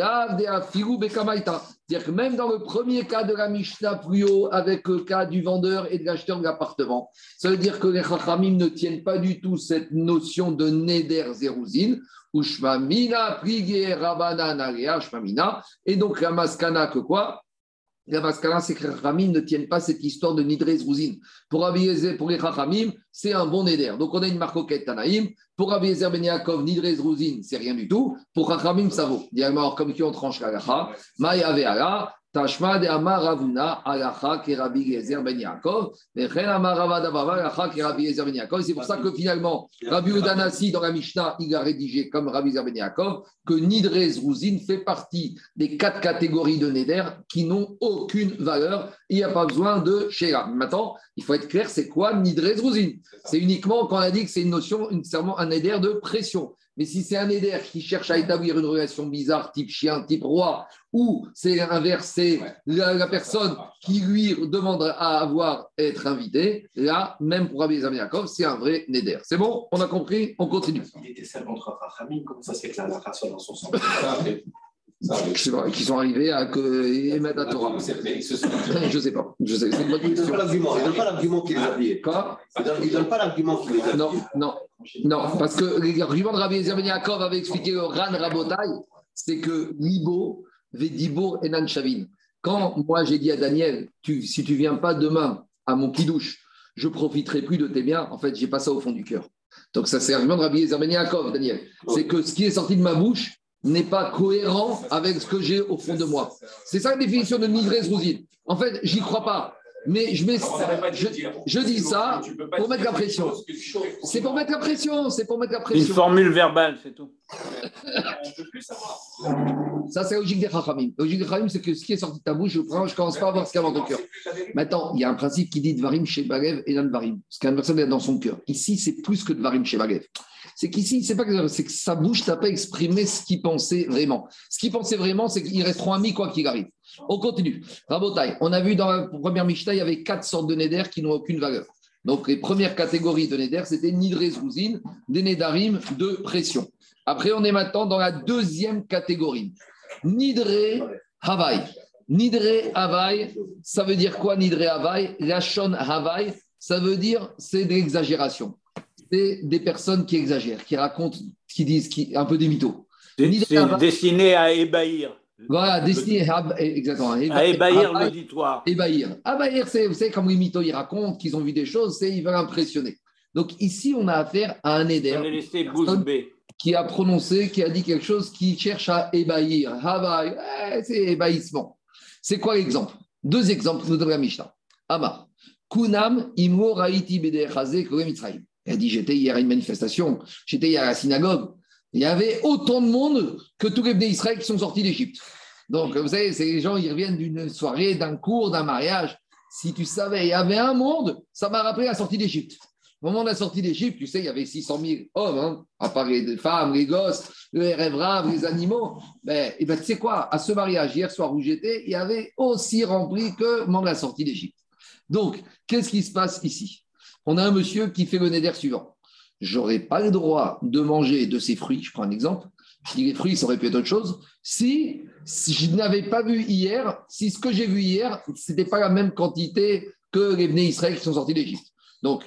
C'est-à-dire que même dans le premier cas de la Mishnah plus haut, avec le cas du vendeur et de l'acheteur de l'appartement, ça veut dire que les Chachamim ne tiennent pas du tout cette notion de Neder Zeruzin, ou Shmamina, Prigé, Rabana, Narea, Shmamina, et donc la Maskana que quoi? La Maskana, c'est que les Chachamim ne tiennent pas cette histoire de Nidre Zeruzin. Pour Rabbi Eliezer, pour les Chachamim, c'est un bon Neder. Donc on a une marcoquette Tanaïm. Pour Rabbi Eliezer Ben Yaakov, Nidre Zeruzin, c'est rien du tout. Pour Chachamim, ça vaut. Directement, comme qui on tranche la Gacha, Maïa Ve'ala, Tashma de Amar Ravuna, Alacha, qui Rabbi Eliezer Ben Yaakov, Vechen Amar Ravada Bava, Alacha, qui Rabbi Eliezer Ben Yaakov. C'est pour ça que finalement, Rabbi Udanasi, dans la Mishnah, il a rédigé comme Rabbi Eliezer Ben Yaakov, que Nidre Zeruzin fait partie des quatre catégories de Neder qui n'ont aucune valeur. Il n'y a pas besoin de Sheila. Maintenant, il faut être clair, c'est quoi Nidre Zeruzin? C'est uniquement quand on a dit que c'est une notion, une, un éder de pression. Mais si c'est un éder qui cherche à établir une relation bizarre, type chien, type roi, ou c'est inversé, la, la personne qui lui demande à avoir être invité, là, même pour Rabbi Eliezer Ben Yaakov, c'est un vrai néder. C'est bon? On a compris? On continue. Il était seul contre Rachamim, comment ça se fait que la Lacha soit dans son sens? C'est vrai, qui sont arrivés à émettre la Torah. Je ne sais pas. Je sais. C'est une bonne question. Il ne donne pas l'argument. Il ne donne pas l'argument qui les a pliés. Quoi? Il ne donne pas l'argument qui les a pliés. Non, non. Non, parce que l'argument de Rabbi Eliezer Ben Yaakov avait expliqué au Ran Rabotai, c'est que Libo, Vedibour et Nanshavin. Quand moi j'ai dit à Daniel, tu, si tu ne viens pas demain à mon kidouche, je ne profiterai plus de tes biens, en fait, j'ai pas ça au fond du cœur. Donc ça, c'est l'argument de Rabbi Eliezer Ben Yaakov, Daniel. C'est que ce qui est sorti de ma bouche n'est pas cohérent avec ce que j'ai au fond de moi. C'est ça la définition de Nidre Zeruzin. En fait, j'y crois pas. Mais je, mets, je, je dis ça pour mettre la pression. C'est pour mettre la pression. C'est pour mettre la pression. Une formule verbale, c'est tout. Ça, c'est la logique des Chachamim. La logique des Chachamim, c'est que ce qui est sorti de ta bouche, je prends, je ne commence pas à voir ce qu'il y a dans ton cœur. Maintenant, il y a un principe qui dit Dvarim chez Balev et Dvarim. Ce qu'une personne a dans son cœur. Ici, c'est plus que Dvarim chez Balev. C'est qu'ici, c'est pas que c'est que sa bouche n'a pas exprimé ce qu'il pensait vraiment. Ce qu'il pensait vraiment, c'est qu'ils resteront amis quoi qu'il arrive. On continue. Rabotai, on a vu dans la première Mishnah, il y avait quatre sortes de Neder qui n'ont aucune valeur. Donc, les premières catégories de Neder, c'était Nidre Zeruzin, des Nedarim de pression. Après, on est maintenant dans la deuxième catégorie. Nidre Havai. Nidre Havai, ça veut dire quoi Nidre Havai? Lachon Havai, ça veut dire c'est de l'exagération. C'est des personnes qui exagèrent, qui racontent, qui disent qui, un peu des mythos. C'est destiné à ébahir. Voilà, destiné à, exactement, à ébahir, à ébahir l'auditoire. Ébahir. Ébahir, c'est, vous savez, comme les mythos, ils racontent qu'ils ont vu des choses, c'est ils veulent impressionner. Donc ici, on a affaire à un éder. On a laissé bouche bée. Qui a prononcé, qui a dit quelque chose qui cherche à ébahir. Havaï, eh, c'est ébahissement. C'est quoi l'exemple? Deux exemples nous donne la Mishnah. Amar. Kunam imo raïti bederchazé korem Mitzrayim. Il a dit, j'étais hier à une manifestation, j'étais hier à la synagogue. Il y avait autant de monde que tous les Bnei Israël qui sont sortis d'Égypte. Donc, vous savez, c'est les gens, ils reviennent d'une soirée, d'un cours, d'un mariage. Si tu savais, il y avait un monde, ça m'a rappelé la sortie d'Égypte. Au moment de la sortie d'Égypte, tu sais, il y avait six cent mille hommes, hein, à part les femmes, les gosses, les rêves, les animaux. Ben, et ben, tu sais quoi, à ce mariage, hier soir où j'étais, il y avait aussi rempli que le moment de la sortie d'Égypte. Donc, qu'est-ce qui se passe ici? On a un monsieur qui fait le néder suivant. Je n'aurais pas le droit de manger de ces fruits, je prends un exemple. Je dis les fruits, ça aurait pu être autre chose. Si, si je n'avais pas vu hier, si ce que j'ai vu hier, ce n'était pas la même quantité que les Bnei Israël qui sont sortis d'Égypte. Donc,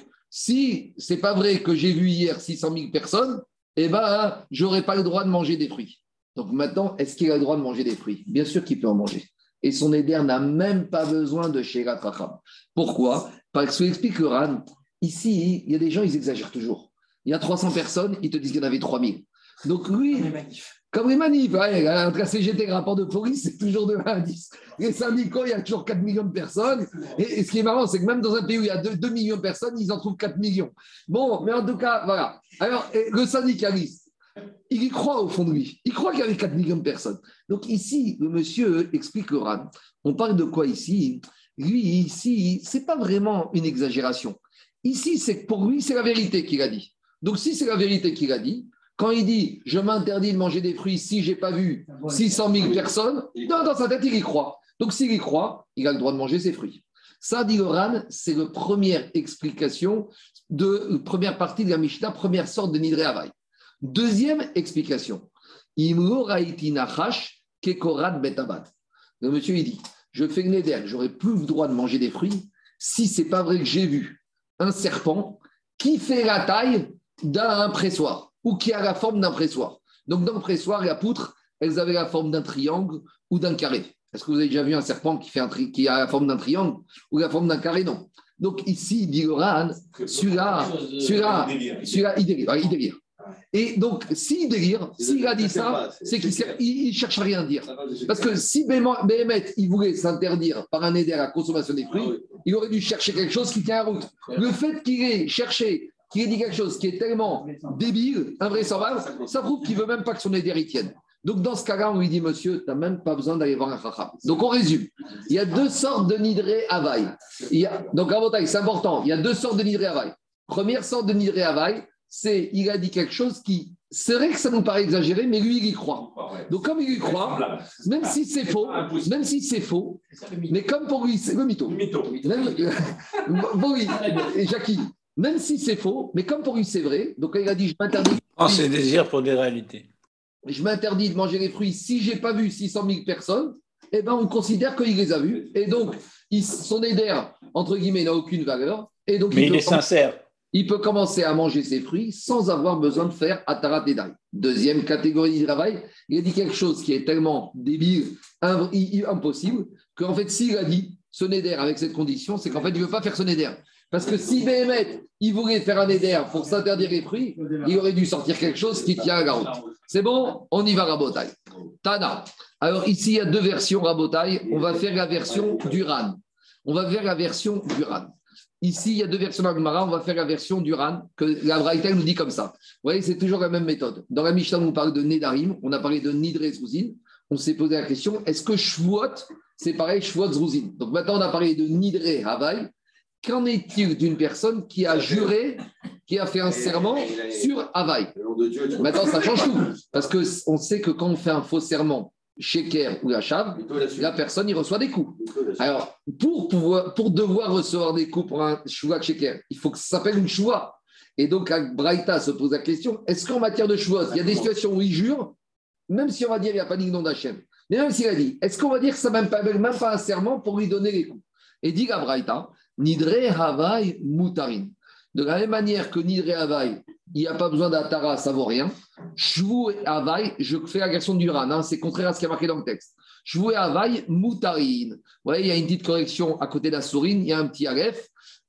si ce n'est pas vrai que j'ai vu hier six cent mille personnes, eh ben, je n'aurais pas le droit de manger des fruits. Donc maintenant, est-ce qu'il a le droit de manger des fruits? Bien sûr qu'il peut en manger. Et son éder n'a même pas besoin de Sherat Racham. Pourquoi? Parce que explique le Ran, ici, il y a des gens, ils exagèrent toujours. Il y a trois cents personnes, ils te disent qu'il y en avait trois mille. Donc lui, comme les manifs, ouais, entre la C G T et le rapport de police, c'est toujours de un à dix. Les syndicats, il y a toujours quatre millions de personnes. Et, et ce qui est marrant, c'est que même dans un pays où il y a deux millions de personnes, ils en trouvent quatre millions. Bon, mais en tout cas, voilà. Alors, le syndicaliste, il y croit au fond de lui. Il croit qu'il y avait quatre millions de personnes. Donc ici, le monsieur explique le Ran. On parle de quoi ici? Lui, ici, ce n'est pas vraiment une exagération. Ici, c'est pour lui, c'est la vérité qu'il a dit. Donc si c'est la vérité qu'il a dit, quand il dit « je m'interdis de manger des fruits si je n'ai pas vu six cent mille personnes », dans sa tête, il y croit. Donc s'il y croit, il a le droit de manger ses fruits. Ça, dit le Ran, c'est la première explication, de première partie de la Mishnah, première sorte de Nidre Havai. Deuxième explication. Le monsieur, il dit, je fais le néder, j'aurais plus le droit de manger des fruits si ce n'est pas vrai que j'ai vu un serpent qui fait la taille d'un pressoir ou qui a la forme d'un pressoir. Donc dans le pressoir, la poutre, elles avaient la forme d'un triangle ou d'un carré. Est-ce que vous avez déjà vu un serpent qui, fait un tri- qui a la forme d'un triangle ou la forme d'un carré? Non. Donc ici, dit le Ran, celui-là, celui-là, celui-là, il délire. Il délire. Et donc, s'il délire, s'il a dit ça, c'est qu'il ne cherche à rien dire. Parce que si Béhémet, il voulait s'interdire par un éder à la consommation des fruits, il aurait dû chercher quelque chose qui tient à route. Le fait qu'il ait cherché, qu'il ait dit quelque chose qui est tellement débile, invraisemblable, ça prouve qu'il ne veut même pas que son éder y tienne. Donc, dans ce cas-là, on lui dit, monsieur, tu n'as même pas besoin d'aller voir un chacham. Donc, on résume. Il y a deux sortes de nidré avaï. Donc, à votre avis, c'est important. Il y a deux sortes de nidré avaï. Première sorte de nidré avaï, c'est il a dit quelque chose qui, c'est vrai que ça nous paraît exagéré, mais lui, il y croit. Donc, comme il y croit, même si c'est faux, même si c'est faux, mais comme pour lui, c'est le mytho. Même, bon, oui, et Jackie, même si c'est faux, mais comme pour lui, c'est vrai, donc il a dit, je m'interdis. Oh, c'est désir pour des réalités. Je m'interdis de manger les fruits si je n'ai pas vu six cent mille personnes, eh ben, on considère qu'il les a vus. Et donc, il, son éder, entre guillemets, n'a aucune valeur. Et donc, mais il, il est sincère. Il peut commencer à manger ses fruits sans avoir besoin de faire Atarat Edaï. Deuxième catégorie de travail, il a dit quelque chose qui est tellement débile, impossible, qu'en fait, s'il a dit ce néder avec cette condition, c'est qu'en fait, il ne veut pas faire ce néder. Parce que si Béhémet, il voulait faire un éder pour s'interdire les fruits, il aurait dû sortir quelque chose qui tient à la route. C'est bon, on y va, Rabotai. Tana. Alors ici, il y a deux versions, Rabotai. On va faire la version du Ran. On va faire la version du Ran. Ici, il y a deux versions d'Agmara. On va faire la version du Ran, que la Braïta nous dit comme ça. Vous voyez, c'est toujours la même méthode. Dans la Mishnah, on parle de Nedarim. On a parlé de Nidre Zruzin. On s'est posé la question, est-ce que Shvuot, c'est pareil, Shvuot Zruzin? Donc maintenant, on a parlé de Nidre Havai. Qu'en est-il d'une personne qui a juré, qui a fait un serment sur Havaï? Maintenant, ça change tout. Parce qu'on sait que quand on fait un faux serment, Sheker ou Hachav, la personne, il reçoit des coups. Alors, pour, pouvoir, pour devoir recevoir des coups pour un Shuvah Sheker, il faut que ça s'appelle une Shuvah. Et donc, Braïta se pose la question, est-ce qu'en matière de Shuvah, il y a des situations où il jure, même si on va dire qu'il n'y a pas dit le nom d'Hachem, mais même s'il a dit, est-ce qu'on va dire que ça n'a même, même pas un serment pour lui donner les coups? Et dit la Braïta, Nidre Havai Mutarin. De la même manière que Nidre Havai, il n'y a pas besoin d'Atara, ça ne vaut rien. Shvu Havai, je fais la version du Ran, hein, c'est contraire à ce qui est marqué dans le texte. Shvu Havai Mutarin. Vous voyez, il y a une petite correction à côté de la sourine, il y a un petit aleph.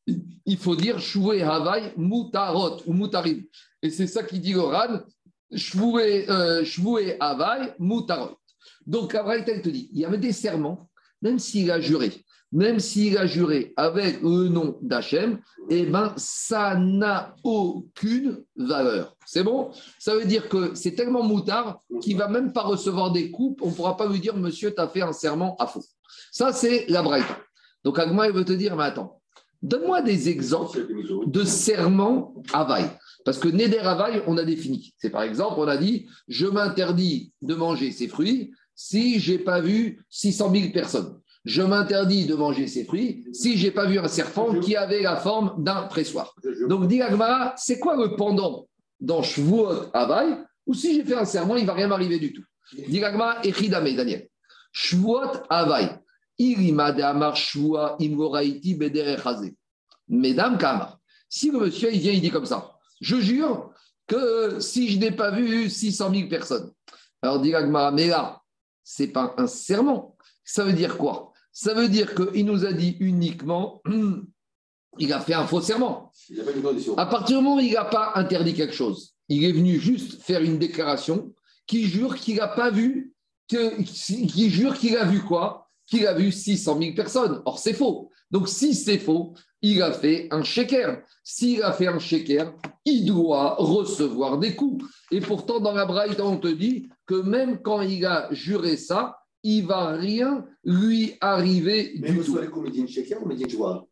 il faut dire Shvoué Havaï Mutarot ou Mutarim. Et c'est ça qui dit le Ran, Shvoué euh, Havaï Mutarot. Donc, la Braïta, elle te dit, il y avait des serments, même s'il a juré, même s'il a juré avec le nom d'Hachem, eh bien, ça n'a aucune valeur. C'est bon? Ça veut dire que c'est tellement moutard qu'il ne va même pas recevoir des coups. On ne pourra pas lui dire, monsieur, tu as fait un serment à faux. Ça, c'est la Braïta. Donc, Agma, il veut te dire, mais attends, donne-moi des exemples de serments Havaï. Parce que Neder Havaï, on a défini. C'est par exemple, on a dit, je m'interdis de manger ces fruits si je n'ai pas vu six cent mille personnes. Je m'interdis de manger ces fruits si je n'ai pas vu un serpent qui avait la forme d'un pressoir. Donc, dit Agmara, c'est quoi le pendant dans Shvuot Havaï ou si j'ai fait un serment, il ne va rien m'arriver du tout. Dit Agmara, Echidame, Daniel. Shvuot Havaï. Irima de Amar Shvua Imgoraiti Bedere Chazé. Mesdames, Kamar. Si le monsieur, il vient, il dit comme ça, je jure que si je n'ai pas vu six cent mille personnes. Alors, dit Agmara, mais là, ce n'est pas un serment. Ça veut dire quoi? Ça veut dire qu'il nous a dit uniquement, il a fait un faux serment. À partir du moment où il n'a pas interdit quelque chose, il est venu juste faire une déclaration qui jure qu'il n'a pas vu, que, qui jure qu'il a vu quoi? Qu'il a vu six cent mille personnes. Or, c'est faux. Donc, si c'est faux, il a fait un sheker. S'il a fait un sheker, il doit recevoir des coups. Et pourtant, dans la Braïta, on te dit que même quand il a juré ça, il ne va rien lui arriver mais du tout. Mais vous médine sheker ou médine joie?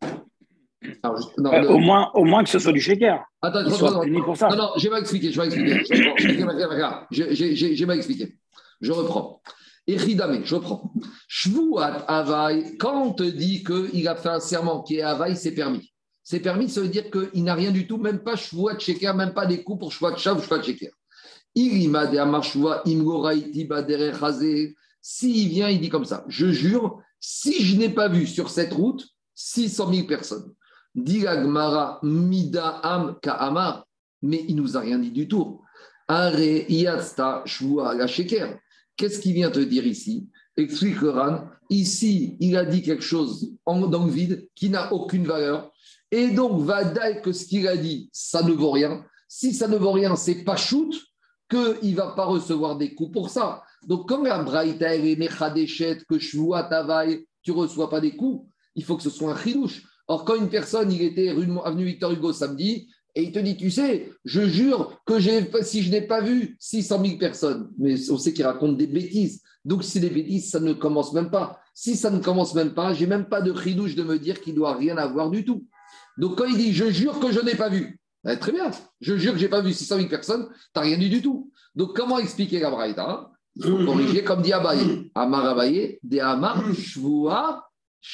euh, au, moins, au moins que ce soit du sheker. Attends, attends, non, pour ça. non, non, j'ai mal expliqué. Je vais expliquer. J'ai mal expliqué. Je reprends. Echidame, je reprends. Shvuat Havaï, quand on te dit qu'il a fait un serment qui est Havaï, c'est permis. C'est permis, ça veut dire qu'il n'a rien du tout, même pas Shvuat Sheker, même pas des coups pour Shvuat Shav ou Shvuat Sheker. Irima de Amar Shvuat Imgoraiti Badere Chazé. S'il vient, il dit comme ça, je jure, si je n'ai pas vu sur cette route six cent mille personnes, dit Agmara Mida Am Ka'amar, mais il ne nous a rien dit du tout. Are Yasta Shvua la Sheker. Qu'est-ce qu'il vient te dire ici? Explique le Ran. Ici, il a dit quelque chose en, dans le vide qui n'a aucune valeur. Et donc, Vadaï, que ce qu'il a dit, ça ne vaut rien. Si ça ne vaut rien, c'est pas shoot qu'il ne va pas recevoir des coups pour ça. Donc, quand la Braïta est Mechadeshet, que Shvuat Havaï, tu ne reçois pas des coups, il faut que ce soit un chidouche. Or, quand une personne, il était rue avenue Victor Hugo samedi, et il te dit, tu sais, je jure que j'ai, si je n'ai pas vu six cent mille personnes, mais on sait qu'il raconte des bêtises. Donc, si c'est des bêtises, ça ne commence même pas. Si ça ne commence même pas, je n'ai même pas de chidouche de me dire qu'il ne doit rien avoir du tout. Donc, quand il dit, je jure que je n'ai pas vu, ben, très bien, je jure que je n'ai pas vu six cent mille personnes, tu n'as rien dit du tout. Donc, comment expliquer la braïta, hein? Il faut corriger comme dit Abaye. Amar Abaye, de Amar Shvua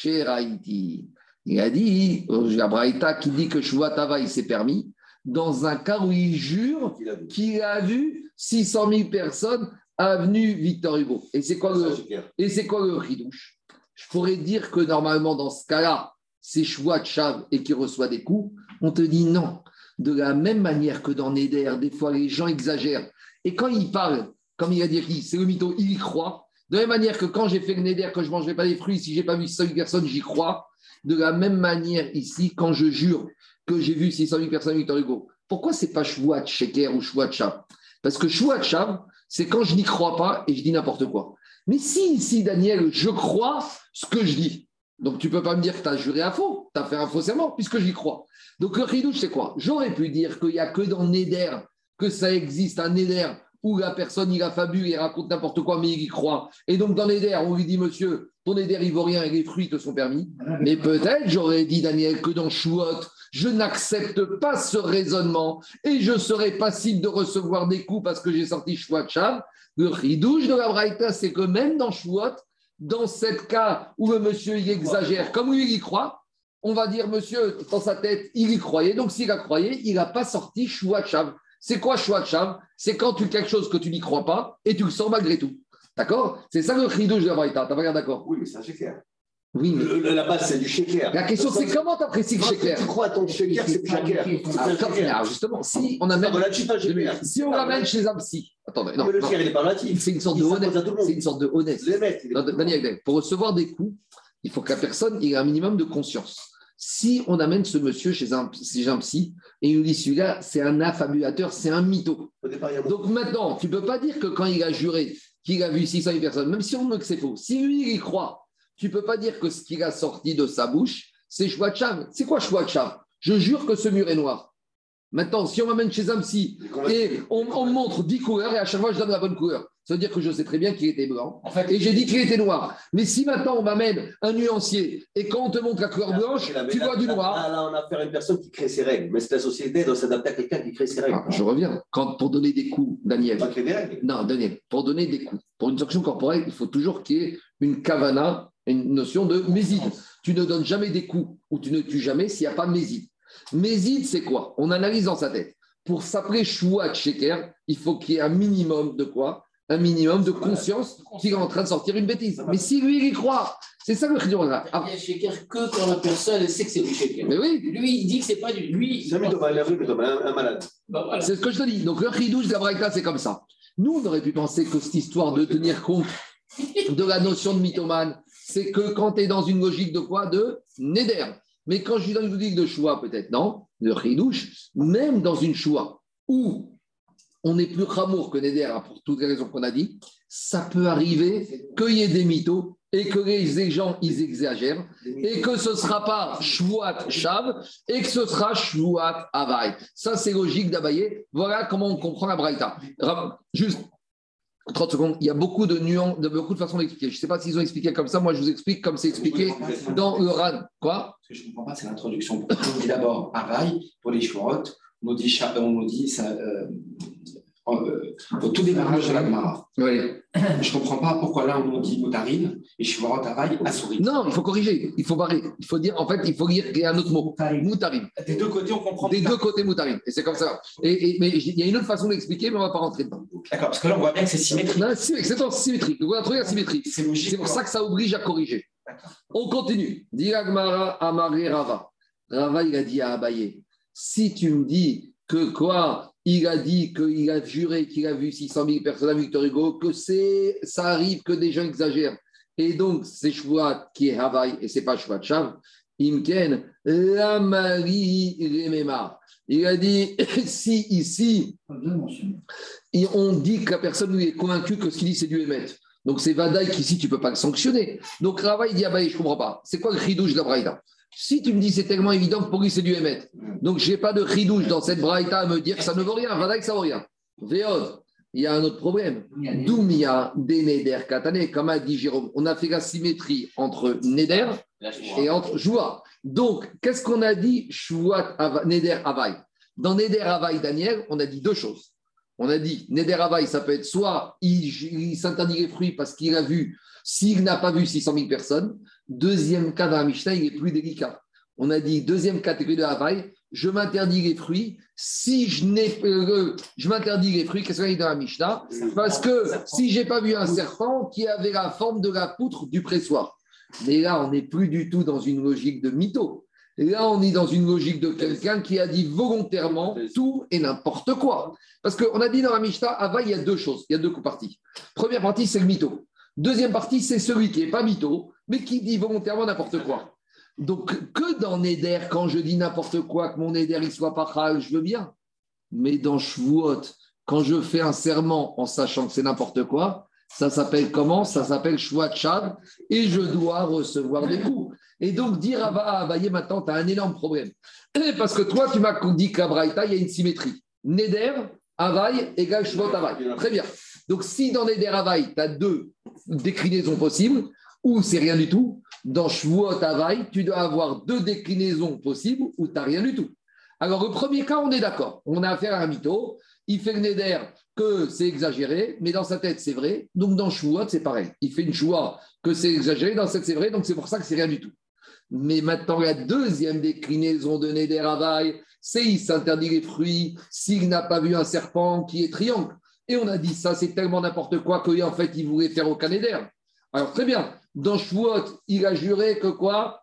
Sheraiti. Il a dit, la braïta qui dit que Shvuat Havaï c'est permis, dans un cas où il jure qu'il a vu six cent mille personnes avenue Victor Hugo. Et c'est quoi le, et c'est quoi le chidouche? Je pourrais dire que normalement, dans ce cas-là, c'est Shvuat Shav et qui reçoit des coups. On te dit non. De la même manière que dans Neder, des fois les gens exagèrent. Et quand ils parlent, comme il a dit, c'est le mytho, il y croit. De la même manière que quand j'ai fait le Neder, que je ne mangerai pas des fruits, si je n'ai pas vu six cent mille personnes, j'y crois. De la même manière ici, quand je jure que j'ai vu six cent mille personnes à Victor Hugo, pourquoi ce n'est pas Shvuat Sheker ou Shvuat Shav? Parce que Shvuat Shav, c'est quand je n'y crois pas et je dis n'importe quoi. Mais si ici, Daniel, je crois ce que je dis, donc tu ne peux pas me dire que tu as juré à faux, tu as fait un faux serment, puisque j'y crois. Donc le chidouche, c'est quoi? J'aurais pu dire qu'il n'y a que dans Neder que ça existe, un Neder où la personne, il a fabule, il raconte n'importe quoi, mais il y croit. Et donc, dans Neder, on lui dit, monsieur, ton Neder, il vaut rien et les fruits te sont permis. Mais peut-être, j'aurais dit, Daniel, que dans Shvuot, je n'accepte pas ce raisonnement et je serai passible de recevoir des coups parce que j'ai sorti Shvuat Shav. Le chidouche de la Braïta, c'est que même dans Shvuot, dans ce cas où le monsieur, il exagère, comme lui, il y croit, on va dire, monsieur, dans sa tête, il y croyait. Donc, s'il a croyé, il n'a pas sorti Shvuat Shav. C'est quoi Shvuat Shav? C'est quand tu quelque chose que tu n'y crois pas et tu le sors malgré tout. D'accord? C'est ça le chidouche de la Braïta. T'as pas l'air d'accord? Oui, mais c'est un sheker. Oui, mais... le, la base, c'est du sheker. La question, c'est comment tu apprécies le sheker? Tu crois à ton sheker, c'est du sheker. Alors, justement, si on amène. Si on ramène chez un psy. Attendez, non. Mais le sheker, il n'est pas relatif. C'est une sorte de honnête. C'est une sorte de honnête. Daniel, pour recevoir des coups, il faut que la personne ait un minimum de conscience. Si on amène ce monsieur chez un, chez un psy et il nous dit celui-là, c'est un affabulateur, c'est un mytho. Donc maintenant, tu ne peux pas dire que quand il a juré qu'il a vu six cent mille personnes, même si on veut que c'est faux, si lui, il y croit, tu ne peux pas dire que ce qu'il a sorti de sa bouche, c'est Shua Chav. C'est quoi Shua Chav? Je jure que ce mur est noir. Maintenant, si on m'amène chez un psy et on, on me montre dix couleurs et à chaque fois je donne la bonne couleur, ça veut dire que je sais très bien qu'il était blanc en fait, et j'ai dit qu'il était noir. Mais si maintenant on m'amène un nuancier et quand on te montre la couleur blanche, là, tu là, vois là, du noir. Là, là, on a affaire à une personne qui crée ses règles. Mais c'est la société doit s'adapter à quelqu'un qui crée ses règles. Ah, je reviens. Quand, pour donner des coups, Daniel. Pas créer des règles. Non, Daniel, pour donner des coups, pour une sanction corporelle, il faut toujours qu'il y ait une kavana, une notion de méside. Tu ne donnes jamais des coups ou tu ne tues jamais s'il n'y a pas méside. Méside, c'est quoi? On analyse dans sa tête. Pour s'appeler Shouat Sheker, il faut qu'il y ait un minimum de quoi? Un minimum de conscience qu'il est en train de sortir une bêtise. Mais si lui, il y croit, c'est ça le chidouche. Ah. Il y a Sheker que quand la personne elle sait que c'est du Sheker. Mais oui. Lui, il dit que c'est pas du. Lui, c'est un un malade. Bah, voilà. C'est ce que je te dis. Donc le chidouche de la Braïta, c'est comme ça. Nous, on aurait pu penser que cette histoire de tenir compte de la notion de mythomane, c'est que quand tu es dans une logique de quoi? De Neder. Mais quand je suis dans une logique de choix, peut-être non, de chidouche, même dans une choix où on est plus ramour que Neder, pour toutes les raisons qu'on a dit, ça peut arriver qu'il y ait des mythos et que les gens, ils exagèrent et que ce ne sera pas Shvuat Shav et que ce sera Shvuat Havai. Ça, c'est logique d'Abaye. Voilà comment on comprend la Braïta. Juste trente secondes, il y a beaucoup de nuances, de beaucoup de façons d'expliquer. Je ne sais pas s'ils ont expliqué comme ça, moi je vous explique comme c'est expliqué dans le Ran. Quoi? Ce que je ne comprends pas, c'est l'introduction. On dit d'abord Havai pour les Shvorot, on nous dit, on nous dit ça, euh, euh, au tout démarrage de la Gemara. Oui. Je ne comprends pas pourquoi là on nous dit Moutarim et Shvorot Havai à souris. Non, il faut corriger, il faut barrer. Il faut dire, en fait, il faut dire qu'il y a un autre mot. Moutarim. Des deux côtés, on comprend. Des deux côtés Moutarim. Et c'est comme ça. Et, et, mais il y a une autre façon d'expliquer, mais on ne va pas rentrer dedans. D'accord, parce que là on voit bien que c'est symétrique. Non, c'est symétrique. Vous avez la symétrie. C'est logique. C'est pour ça que ça oblige à corriger. On continue. Diragmara Amare Rava. Rava, il a dit à Abaye, si tu me dis que quoi, il a dit qu'il a juré qu'il a vu six cent mille personnes à Victor Hugo, que c'est, ça arrive que des gens exagèrent. Et donc, c'est Shvuat qui est Havaï et c'est pas Shvuat Shav. Imken, la Marie Remema. Il a dit, si ici, on dit que la personne lui est convaincue que ce qu'il dit, c'est du Hémet. Donc, c'est Vadaï qu'ici, tu ne peux pas le sanctionner. Donc, Rava, il dit, ah bah, je ne comprends pas. C'est quoi le chidouche de la Braïta? Si tu me dis c'est tellement évident que pour lui c'est du Hémet, donc je n'ai pas de chidouche dans cette braïta à me dire que ça ne vaut rien, Vadaï que ça ne vaut rien. Véod, il y a un autre problème. Doumia des Neder Katane, comme a dit Jérôme, on a fait la symétrie entre Neder et entre Joua. Donc, qu'est-ce qu'on a dit Shvuat Neder Havai? Dans Neder Havai, Daniel, on a dit deux choses. On a dit Neder Havai, ça peut être soit il, il s'interdit les fruits parce qu'il a vu, s'il n'a pas vu six cent mille personnes. Deuxième cas dans la Mishnah, il est plus délicat. On a dit, deuxième catégorie de Havaï, je m'interdis les fruits. Si je n'ai euh, je m'interdis les fruits, qu'est-ce qu'on a dit dans la Mishnah? Parce que si je n'ai pas vu un serpent qui avait la forme de la poutre du pressoir. Mais là, on n'est plus du tout dans une logique de mytho. Là, on est dans une logique de quelqu'un qui a dit volontairement tout et n'importe quoi. Parce qu'on a dit dans la Mishnah, Havaï, il y a deux choses, il y a deux parties. Première partie, c'est le mytho. Deuxième partie, c'est celui qui n'est pas mytho, mais qui dit volontairement n'importe quoi. Donc, que dans Neder, quand je dis n'importe quoi, que mon Neder il soit pas chal, je veux bien. Mais dans Shvuot, quand je fais un serment en sachant que c'est n'importe quoi, ça s'appelle comment? Ça s'appelle Shvuot Shav, et je dois recevoir des coups. Et donc, dire à Abaye, maintenant, tu as un énorme problème. Parce que toi, tu m'as dit qu'à Braïta, il y a une symétrie. Neder, Havaï égale Shvuot Havaï. Très bien. Donc, si dans Neder Havaï, tu as deux déclinaisons possibles, ou c'est rien du tout, dans Shvuot Havaï, tu dois avoir deux déclinaisons possibles, ou tu n'as rien du tout. Alors, le premier cas, on est d'accord. On a affaire à un mytho. Il fait le Neder que c'est exagéré, mais dans sa tête, c'est vrai. Donc, dans Shvuot, c'est pareil. Il fait une Shvuot que c'est exagéré, dans sa tête, c'est vrai. Donc, c'est pour ça que c'est rien du tout. Mais maintenant, la deuxième déclinaison de Neder Havaï, c'est il s'interdit les fruits s'il n'a pas vu un serpent qui est triangle. Et on a dit ça, c'est tellement n'importe quoi qu'en fait, il voulait faire aucun Neder. Alors, très bien. Dans Shvuot, il a juré que quoi?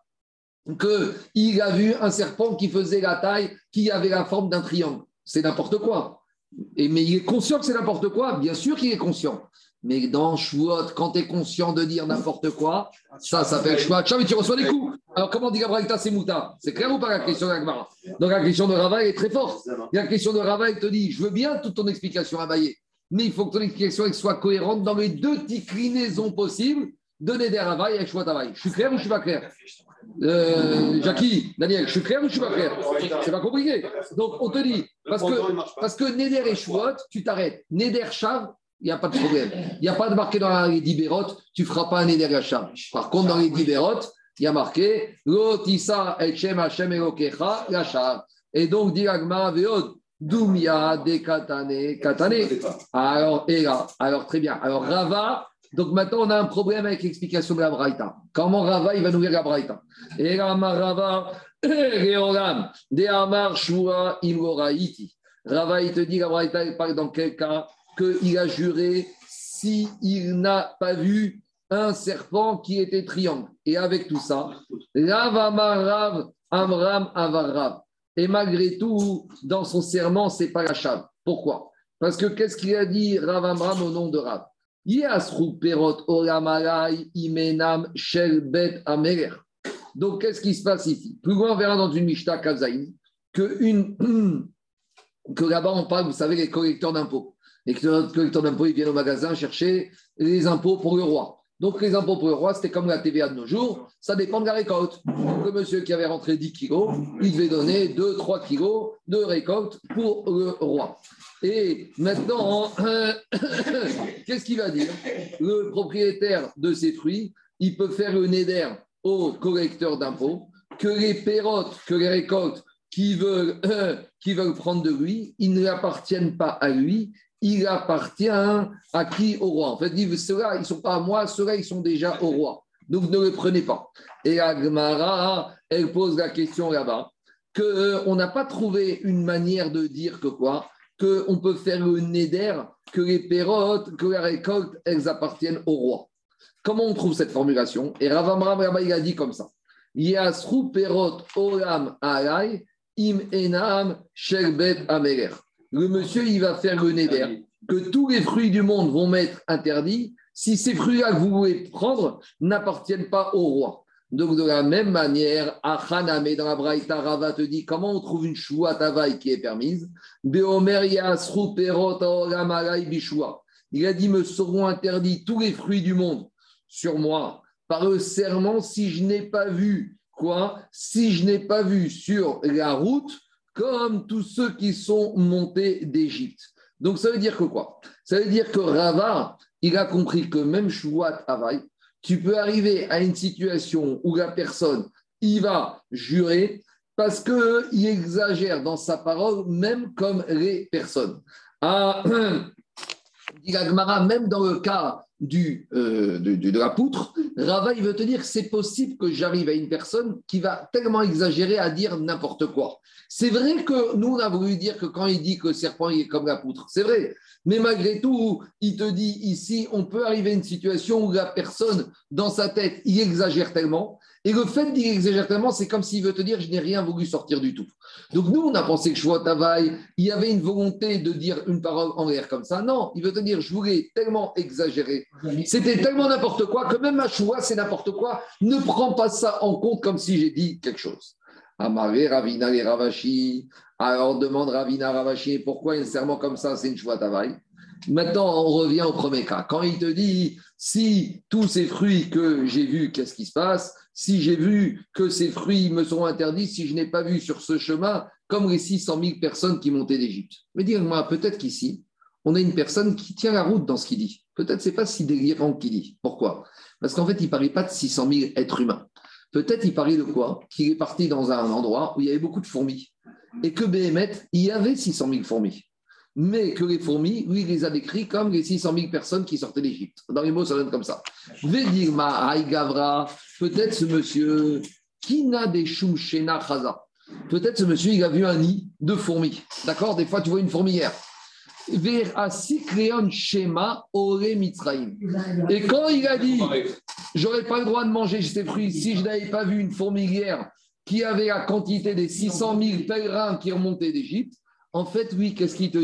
Qu'il a vu un serpent qui faisait la taille, qui avait la forme d'un triangle. C'est n'importe quoi. Et, mais il est conscient que c'est n'importe quoi? Bien sûr qu'il est conscient. Mais dans Shvuot, quand tu es conscient de dire n'importe quoi, ça, ça s'appelle Shvuot. Mais tu reçois des coups. Alors, comment dit Gabraïta, c'est Mouta? C'est clair ou pas la question d'Agmara? Donc, la question de Rava est très forte. La question de Rava, il te dit, je veux bien toute ton explication à Baye, mais il faut que ton explication soit cohérente dans les deux déclinaisons possibles de Neder Havaï et Shvuot Havaï. Je suis clair ou je suis pas clair? Euh, Jackie, Daniel, je suis clair ou je suis pas clair? C'est pas compliqué. Donc, on te dit, parce que, parce que Neder et Shvuot, tu t'arrêtes. Neder Shav, il n'y a pas de problème. Il n'y a pas de marqué dans les dix bérotes, tu ne feras pas un Neder Shav. Par contre, dans les dix bérotes, il y a marqué Lotissa Echem Hashem Elokecha Yashav. Et donc, dit Agma Veod, Doumia de Katane Katane. Alors, et là, alors très bien. Alors, Rava, donc maintenant, on a un problème avec l'explication de la Braïta. Comment Rava, il va nous lire la Braïta? Et là, Rava, Réolam, De Amar Shua Imgoraïti. Rava, il te dit, la Braïta, il parle dans quel cas? Qu'il a juré s'il n'a pas vu un serpent qui était triangle. Et avec tout ça, Rav Amarav Amram Avarav. Et malgré tout, dans son serment, c'est pas la chave. Pourquoi? Parce que qu'est-ce qu'il a dit Rav Amram au nom de Rav? Yasru perot olamalai imenam shel bet ameler. Donc, qu'est-ce qui se passe ici? Plus loin, on verra dans une Mishnah Kazaïn que, une, que là-bas, on parle, vous savez, les collecteurs d'impôts. Les collecteurs d'impôts, ils viennent au magasin chercher les impôts pour le roi. Donc, les impôts pour le roi, c'était comme la T V A de nos jours, ça dépend de la récolte. Donc, le monsieur qui avait rentré dix kilos, il devait donner deux à trois kilos de récolte pour le roi. Et maintenant, euh, qu'est-ce qu'il va dire? Le propriétaire de ces fruits, il peut faire le néder au collecteur d'impôts que les pérotes, que les récoltes qui veulent, euh, qui veulent prendre de lui, ils ne appartiennent pas à lui. Il appartient à qui? Au roi. En fait, il dit, ceux-là, ils ne sont pas à moi, ceux-là, ils sont déjà au roi. Donc, ne le prenez pas. Et Agmara, elle pose la question là-bas, qu'on euh, n'a pas trouvé une manière de dire que quoi? Qu'on peut faire le néder, que les pérotes, que la récolte, elles appartiennent au roi. Comment on trouve cette formulation? Et Rav Amram là-bas, il a dit comme ça. Yasru perot olam alay im enam sherbet ameler. Le monsieur, il va faire le néder, que tous les fruits du monde vont m'être interdits si ces fruits-là que vous voulez prendre n'appartiennent pas au roi. Donc, de la même manière, Achaname, dans la Braïta, Rava te dit comment on trouve une choua tavaï qui est permise. Beomer yasru perot olam alay bishua. Il a dit, me seront interdits tous les fruits du monde sur moi par le serment si je n'ai pas vu, quoi? Si je n'ai pas vu sur la route comme tous ceux qui sont montés d'Égypte. Donc, ça veut dire que quoi? Ça veut dire que Rava, il a compris que même Shvuat Havaï, tu peux arriver à une situation où la personne, il va jurer parce qu'il exagère dans sa parole, même comme les personnes. Ah, dit la Gemara, même dans le cas du, euh, de, de, de la poutre, Rava, il veut te dire que c'est possible que j'arrive à une personne qui va tellement exagérer à dire n'importe quoi. C'est vrai que nous, on a voulu dire que quand il dit que le serpent il est comme la poutre, c'est vrai. Mais malgré tout, il te dit ici, on peut arriver à une situation où la personne, dans sa tête, il exagère tellement. Et le fait qu'il exagère tellement, c'est comme s'il veut te dire, je n'ai rien voulu sortir du tout. Donc nous, on a pensé que Shvuot Havaï, il y avait une volonté de dire une parole en l'air comme ça. Non, il veut te dire, je voulais tellement exagérer. C'était tellement n'importe quoi que même ma choua, c'est n'importe quoi. Ne prends pas ça en compte comme si j'ai dit quelque chose. Amaré, Ravina et Ravashi. Alors demande Ravina Ravashi, pourquoi un serment comme ça, c'est une Shvuot Havaï? Maintenant, on revient au premier cas. Quand il te dit, si tous ces fruits que j'ai vus, qu'est-ce qui se passe? Si j'ai vu que ces fruits me seront interdits, si je n'ai pas vu sur ce chemin, comme les six cent mille personnes qui montaient d'Égypte. Mais dis-moi, peut-être qu'ici, on a une personne qui tient la route dans ce qu'il dit. Peut-être c'est pas si délirant qu'il dit. Pourquoi? Parce qu'en fait, il ne parlait pas de six cent mille êtres humains. Peut-être il parlait de quoi? Qu'il est parti dans un endroit où il y avait beaucoup de fourmis. Et que Béhémet, il y avait six cent mille fourmis. Mais que les fourmis, lui, il les a décrits comme les six cent mille personnes qui sortaient d'Égypte. Dans les mots, ça donne comme ça. Vedigma, Haïgavra, peut-être ce monsieur, qui n'a des shumshena chaza. Peut-être ce monsieur, il a vu un nid de fourmis. D'accord? Des fois, tu vois une fourmilière. Vers Asikleon Shema Ore Mitzraim. Et quand il a dit, j'aurais pas le droit de manger ces fruits si je n'avais pas vu une fourmilière qui avait la quantité des six cent mille pèlerins qui remontaient d'Égypte. En fait, oui, qu'est-ce qu'il te dit?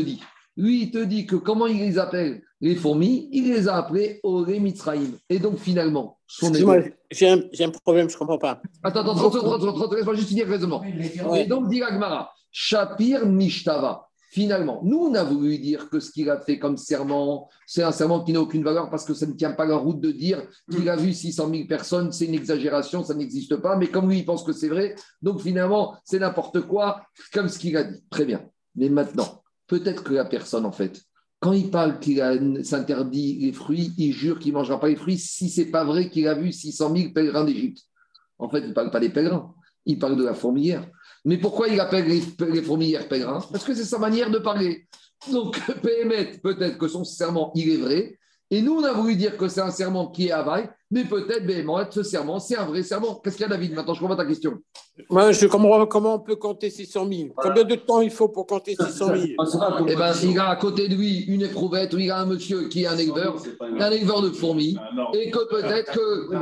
Lui, il te dit que comment il les appelle les fourmis, il les a appelées Oré Mitzraïm. Et donc finalement, son Excuse-moi, j'ai un, j'ai un problème, je ne comprends pas. Attends, attends, trente secondes, trente secondes, laisse-moi juste finir le raisonnement. Et donc, dit Agmara, Shapir Mishtava. Finalement, nous, on a voulu dire que ce qu'il a fait comme serment, c'est un serment qui n'a aucune valeur parce que ça ne tient pas la route de dire qu'il a vu six cent mille personnes, c'est une exagération, ça n'existe pas. Mais comme lui, il pense que c'est vrai, donc finalement, c'est n'importe quoi, comme ce qu'il a dit. Très bien. Mais maintenant, peut-être que la personne, en fait, quand il parle qu'il a, s'interdit les fruits, il jure qu'il ne mangera pas les fruits si ce n'est pas vrai qu'il a vu six cent mille pèlerins d'Égypte. En fait, il ne parle pas des pèlerins, il parle de la fourmilière. Mais pourquoi il appelle les, les fourmilières pèlerins? Parce que c'est sa manière de parler. Donc, P M E, peut-être que son serment, il est vrai. Et nous, on a voulu dire que c'est un serment qui est availle, mais peut-être, B M E, ce serment, c'est un vrai serment. Qu'est-ce qu'il y a, David? Maintenant, je comprends ta question. Moi, je comprends comment on peut compter six cent mille. Voilà. Combien de temps il faut pour compter six cent mille? Eh bien, il a à côté de lui une éprouvette, où il a un monsieur qui est un éleveur, un éleveur de fourmis, et que peut-être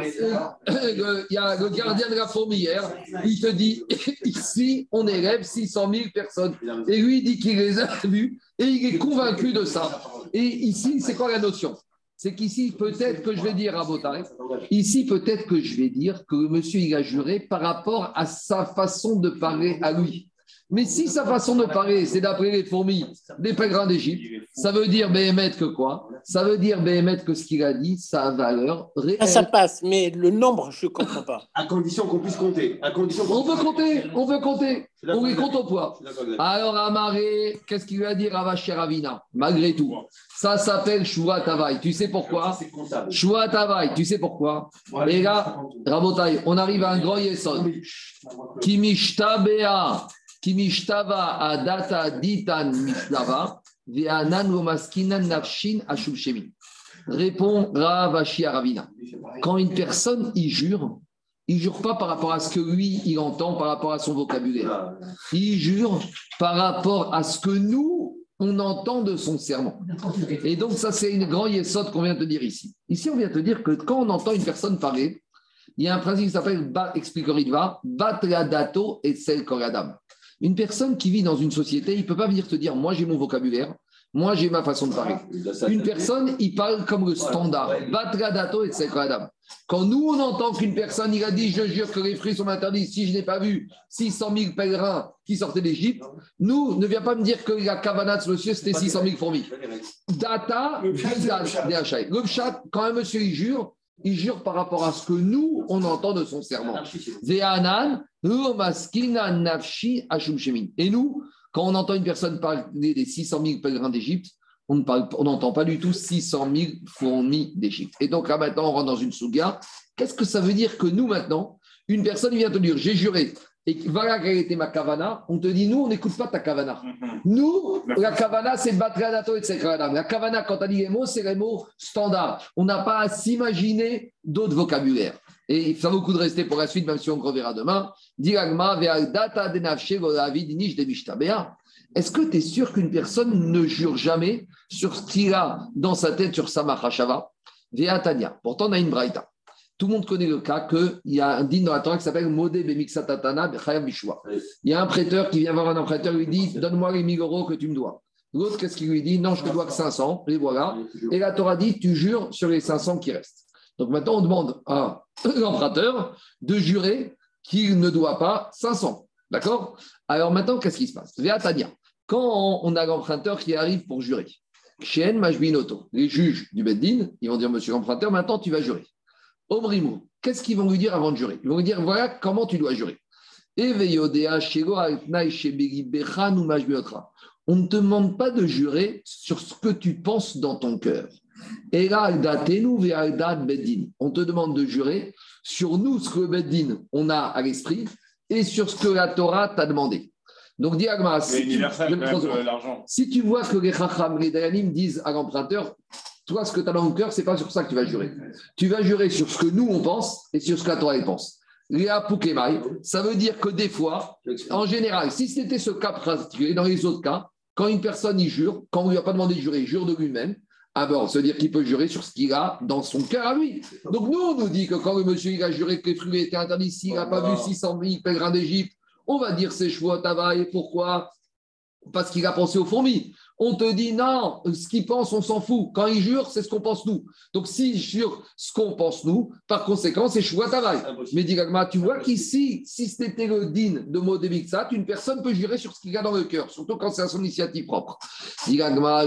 que il y a le gardien de la fourmilière, il te dit, ici, on élève six cent mille personnes. Et lui, il dit qu'il les a vus, et il est convaincu de ça. Et ici, c'est quoi la notion? C'est qu'ici, peut-être que je vais dire à Botaï, ici, peut-être que je vais dire que le monsieur, il a juré par rapport à sa façon de parler à lui. Mais si sa façon de parler, c'est d'appeler les fourmis des pèlerins d'Égypte, ça veut dire, Béhémet, que quoi? Ça veut dire, Béhémet, que ce qu'il a dit, ça a valeur réelle. Ça, ça passe, mais le nombre, je ne comprends pas. À condition qu'on puisse compter. À condition qu'on on veut compter, on veut compter. On les compte au poids. Alors, Amaré, qu'est-ce qu'il va dire à Vacher Ravina? Malgré tout, ça s'appelle Shua Tavaï. Tu sais pourquoi? Shua Tavaï, tu sais pourquoi? Et là, Rabotai, on arrive à un grand yesod. Kimishta Bea. Kimishtava adata ditan mishtava ve'anan lomaskinan nafshin ashub shemi. Répond Ravashi Aravina. Quand une personne y jure, il ne jure pas par rapport à ce que lui, il entend, par rapport à son vocabulaire. Il jure par rapport à ce que nous, on entend de son serment. Et donc, ça, c'est une grande yesod qu'on vient te dire ici. Ici, on vient te dire que quand on entend une personne parler, il y a un principe qui s'appelle, explique Ridva, Batradato et Sel Koradam. Une personne qui vit dans une société, il ne peut pas venir te dire, moi j'ai mon vocabulaire, moi j'ai ma façon de parler. Une personne, il parle comme le standard. Batradato et Tsekradam. Quand nous, on entend qu'une personne, il a dit, je jure que les fruits sont interdits, si je n'ai pas vu six cent mille pèlerins qui sortaient d'Égypte, nous, ne viens pas me dire que la kavana de ce monsieur, c'était six cent mille fourmis. Data, le chat, quand un monsieur, il jure, il jure par rapport à ce que nous, on entend de son serment. Et nous, quand on entend une personne parler des six cent mille pèlerins d'Égypte, on n'entend pas du tout six cent mille fourmis d'Égypte. Et donc là, maintenant, on rentre dans une souga. Qu'est-ce que ça veut dire que nous, maintenant, une personne vient te dire, j'ai juré, et voilà quelle était ma kavana, on te dit, nous, on n'écoute pas ta kavana. Nous, la kavana, c'est Batradato et Tsekradam. La kavana, quand on dit les mots, c'est les mots standards. On n'a pas à s'imaginer d'autres vocabulaires. Et ça vaut le coup de rester pour la suite, même si on reverra demain. Est-ce que tu es sûr qu'une personne ne jure jamais sur ce qu'il a dans sa tête, sur sa machashava? Pourtant, on a une braïta. Tout le monde connaît le cas qu'il y a un digne dans la Torah qui s'appelle Modé Bemixatatana Bechayav Bishua. Il y a un prêteur qui vient voir un emprunteur, lui dit, donne-moi les mille euros que tu me dois. L'autre, qu'est-ce qu'il lui dit? Non, je te dois que cinq cents, les voilà. Et la Torah dit, tu jures sur les cinq cents qui restent. Donc maintenant, on demande à l'emprunteur de jurer qu'il ne doit pas cinq cents. D'accord? Alors maintenant, qu'est-ce qui se passe? Véatania, quand on a l'emprunteur qui arrive pour jurer, Shen Majbinoto, les juges du Beddin, ils vont dire, monsieur l'emprunteur, maintenant tu vas jurer. Omrimou, qu'est-ce qu'ils vont lui dire avant de jurer? Ils vont lui dire, voilà comment tu dois jurer. On ne te demande pas de jurer sur ce que tu penses dans ton cœur. On te demande de jurer sur nous, ce que le Beddin, on a à l'esprit, et sur ce que la Torah t'a demandé. Donc, dis Agma, si, tu... si tu vois que les Chacham, les Dayanim disent à l'emprunteur, toi, ce que tu as dans le cœur, ce n'est pas sur ça que tu vas jurer. Tu vas jurer sur ce que nous, on pense, et sur ce que la Torah elle pense. Léa Poukemai, ça veut dire que des fois, en général, si c'était ce cas particulier, dans les autres cas, quand une personne y jure, quand on ne lui a pas demandé de jurer, il jure de lui-même, alors, ça veut dire qu'il peut jurer sur ce qu'il a dans son cœur à lui. Donc, nous, on nous dit que quand le monsieur il a juré que les fruits étaient interdits, s'il n'a pas vu six cent mille pèlerins d'Égypte, on va dire c'est Shvuot Havaï. Pourquoi? parce qu'il a pensé aux fourmis. On te dit non, ce qu'il pense, on s'en fout. Quand il jure, c'est ce qu'on pense nous. Donc s'il jure ce qu'on pense nous, par conséquent, c'est Shuvah Tavai. Mais dis Gagma, tu vois qu'ici, si c'était le din de Modébixat, une personne peut jurer sur ce qu'il a dans le cœur, surtout quand c'est à son initiative propre. Dis Gagma,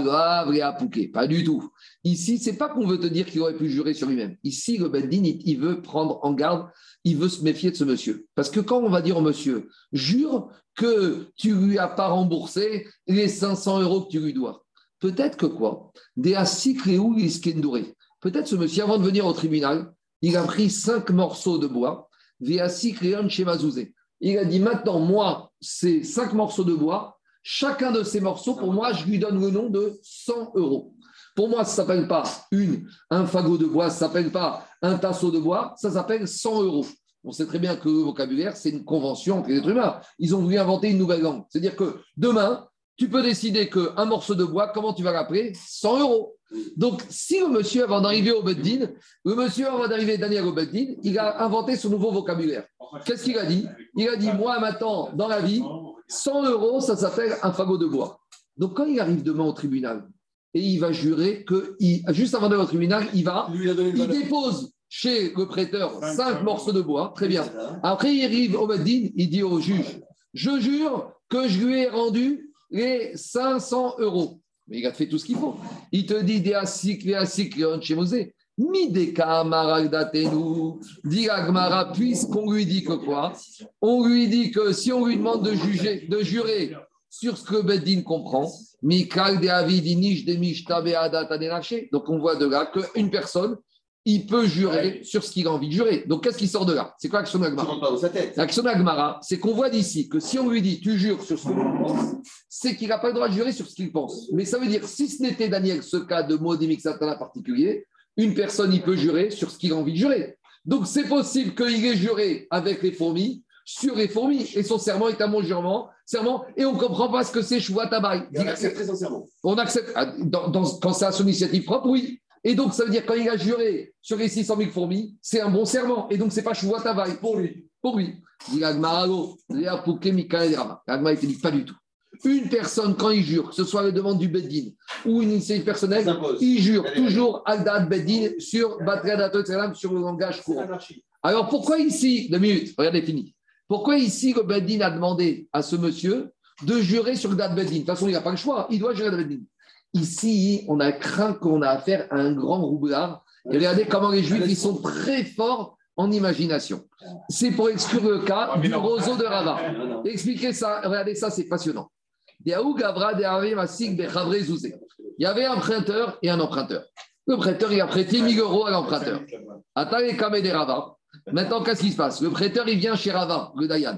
pas du tout. Ici, c'est pas qu'on veut te dire qu'il aurait pu jurer sur lui-même. Ici, le Beddin, il veut prendre en garde, il veut se méfier de ce monsieur. Parce que quand on va dire au monsieur, jure que tu lui as pas remboursé les cinq cents euros que tu lui dois. Peut-être que quoi? Des Asikréou Iskendoré. Peut-être ce monsieur, avant de venir au tribunal, il a pris cinq morceaux de bois, des Asikréon chez Mazouzé. Il a dit maintenant, moi, ces cinq morceaux de bois, chacun de ces morceaux, pour moi, je lui donne le nom de cent euros. Pour moi, ça ne s'appelle pas une, un fagot de bois, ça ne s'appelle pas un tasseau de bois, ça s'appelle cent euros. On sait très bien que le vocabulaire, c'est une convention entre les êtres humains. Ils ont voulu inventer une nouvelle langue. C'est-à-dire que demain, tu peux décider qu'un morceau de bois, comment tu vas l'appeler? cent euros. Donc, si le monsieur, avant d'arriver au Beddin, le monsieur, avant d'arriver Daniel au Beddin, il a inventé son nouveau vocabulaire. Qu'est-ce qu'il a dit? Il a dit, moi, maintenant, dans la vie, cent euros, ça s'appelle un fagot de bois. Donc, quand il arrive demain au tribunal, et il va jurer que, il, juste avant d'aller au tribunal, il va, il dépose chez le prêteur cinq morceaux de bois, très bien. Après, il arrive au Beddin, il dit au juge, je jure que je lui ai rendu les cinq cents euros. Mais il a fait tout ce qu'il faut. Il te dit, des asik, des asik, chez Mosé. Mideka maragdatenu, dit Agmara, puisqu'on lui dit que quoi? On lui dit que si on lui demande de juger, de jurer sur ce que Beddin comprend, Mikal de Avidinish de Mishtabeadat Adenaché. Donc on voit de là qu'une personne, il peut jurer sur ce qu'il a envie de jurer. Donc, qu'est-ce qui sort de là? C'est quoi l'action d'Agmara? L'action d'Agmara, c'est qu'on voit d'ici que si on lui dit « tu jures sur ce que tu penses », c'est qu'il n'a pas le droit de jurer sur ce qu'il pense. Mais ça veut dire, si ce n'était, Daniel, ce cas de Modémik Satana particulier, une personne, il peut jurer sur ce qu'il a envie de jurer. Donc, c'est possible qu'il ait juré avec les fourmis, sur les fourmis, et son serment est un bon jurement, serment, et on ne comprend pas ce que c'est Shuvah Tavai. On accepte très sincèrement. On accepte, dans, dans, quand c'est à son initiative propre, oui. Et donc, ça veut dire quand il a juré sur les six cent mille fourmis, c'est un bon serment. Et donc, ce n'est pas Shuvah Tavai pour lui. Pour lui. Il dit Agmara, il te dit pas du tout. Une personne, quand il jure, que ce soit la demande du Beddin ou une initiative personnelle, il jure toujours Agdad Beddin sur Batriadato sur le langage courant. Alors, pourquoi ici, deux minutes, regardez, fini. Pourquoi ici le Beddin a demandé à ce monsieur de jurer sur Agdad Beddin? De toute façon, il n'a pas le choix. Il doit jurer Agdad Beddin. Ici, on a craint qu'on a affaire à un grand roublard. Et regardez comment les Juifs, ils sont très forts en imagination. C'est pour exclure le cas du roseau de Rava. Expliquez ça, regardez ça, c'est passionnant. Il y avait un prêteur et un emprunteur. Le prêteur, il a prêté mille euros à l'emprunteur. Maintenant, qu'est-ce qui se passe? Le prêteur, il vient chez Rava, le Dayan.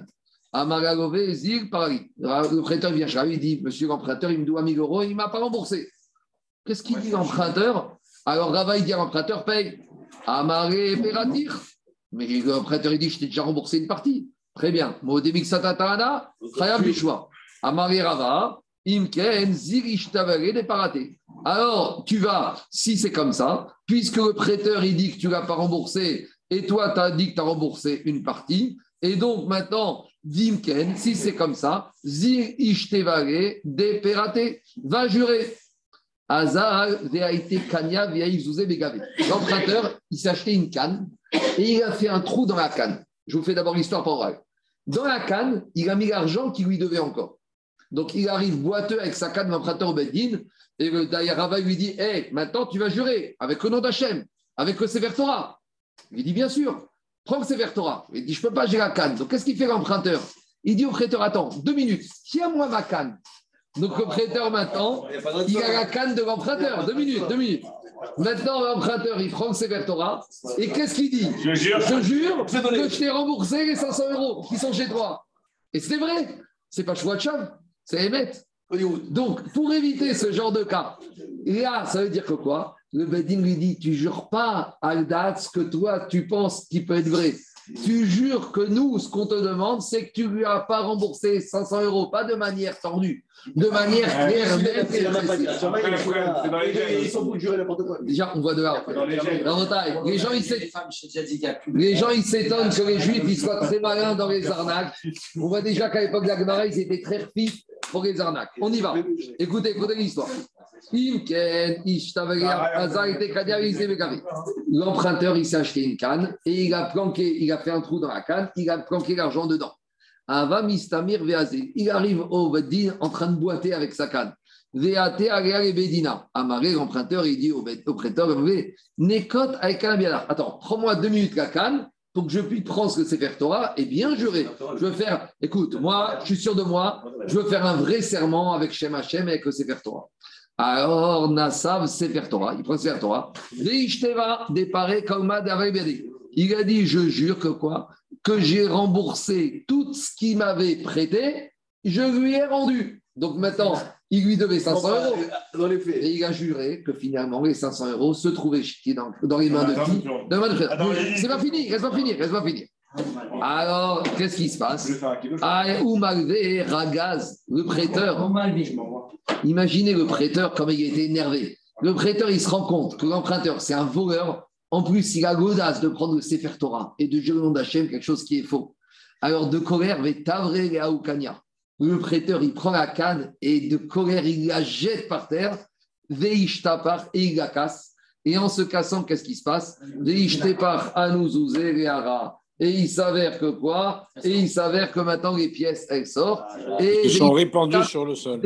Le prêteur vient chez Rava, il dit, monsieur l'emprunteur, il me doit mille euros, il ne m'a pas remboursé. Qu'est-ce qu'il dit l'emprunteur? Alors Rava, il dit à l'emprunteur, paye. Amaré Peratir. Mais l'emprunteur, il dit, je t'ai déjà remboursé une partie. Très bien. Modémik Satatana, Khayab Bishwa. Amaré Rava, Imken, Zirishtabare, des paratés. Alors, tu vas, si c'est comme ça, puisque le prêteur, il dit que tu ne l'as pas remboursé, et toi, tu as dit que tu as remboursé une partie, et donc maintenant, Dimken, si c'est comme ça, Zir Ishtevare, des pératés, va jurer. Azar, Veaïté, Kanya, Veaïzouzé, Begavé. L'emprunteur, il s'est acheté une canne, et il a fait un trou dans la canne. Je vous fais d'abord l'histoire par oral. Dans la canne, il a mis l'argent qu'il lui devait encore. Donc, il arrive boiteux avec sa canne d'emprunteur au Beddin, et le Rava lui dit, hé, hey, maintenant, tu vas jurer avec le nom d'Hachem, avec le Sefer Torah. Il dit, bien sûr, prends le Sefer Torah. Il dit, je ne peux pas, j'ai la canne. Donc, qu'est-ce qu'il fait l'emprunteur? Il dit au prêteur, attends, deux minutes, tiens-moi ma canne. Donc, le prêteur, maintenant, il a la canne de l'emprunteur. Deux minutes, deux minutes. Maintenant, l'emprunteur, il prend le Sefer Torah. Et qu'est-ce qu'il dit? Je jure, je jure que je t'ai remboursé les cinq cents euros qui sont chez toi. Et c'est vrai. C'est pas Shuvah Tavai, c'est Emet. Donc, pour éviter ce genre de cas, là, ça veut dire que quoi? Le Beddin lui dit, tu jures pas à date ce que toi, tu penses qui peut être vrai. Tu jures que nous, ce qu'on te demande, c'est que tu ne lui as pas remboursé cinq cents euros, pas de manière tordue, de manière claire, nette et précise. Ils sont pour jurer n'importe quoi. Déjà, on voit de là. Les gens, ils s'étonnent. Les gens, ils s'étonnent que les Juifs ils soient très malins dans les arnaques. On voit déjà qu'à l'époque de la Gemara, ils étaient très refits pour les arnaques. On y va. Écoutez, écoutez l'histoire. L'emprunteur, il s'est acheté une canne et il a planqué, il a fait un trou dans la canne, il a planqué l'argent dedans. Ava mistamir veazé. Il arrive au Beddin en train de boiter avec sa canne. Veate agea et Bedina. Amaré, l'emprunteur, il dit au, au prêteur, Nekot avec Kanabiala. Attends, prends-moi deux minutes la canne pour que je puisse prendre ce Sefer Torah et bien jurer. Je veux faire, écoute, moi, je suis sûr de moi, je veux faire un vrai serment avec Shem Hashem avec le Sefer Torah. Alors, Nassav Sefer Torah, il prend le Sefer Torah. Veishteva, déparé Kalma d'Avebedi. Il a dit, je jure que quoi? Que j'ai remboursé tout ce qu'il m'avait prêté, je lui ai rendu. Donc maintenant, il lui devait cinq cents euros. Dans les faits. Et il a juré que finalement, les cinq cents euros se trouvaient dans, dans les mains de qui? Dans les mains de frère. C'est pas fini, reste pas fini, reste pas fini. Alors, qu'est-ce qui se passe? Oumalvé, Ragaz, le prêteur. Imaginez le prêteur comme il était énervé. Le prêteur, il se rend compte que l'emprunteur, c'est un voleur. En plus, il a l'audace de prendre le Sefer Torah et de jurer le nom d'Hachem, quelque chose qui est faux. Alors, de colère, Vétavré et Aoukania. Le prêteur, il prend la canne et de colère, il la jette par terre. Veishtapar et il la casse. Et en se cassant, qu'est-ce qui se passe? Veishtepar Anouzouze Reara. Et il s'avère que quoi? Et il s'avère que maintenant les pièces, elles sortent. Et ils sont répandus sur le sol.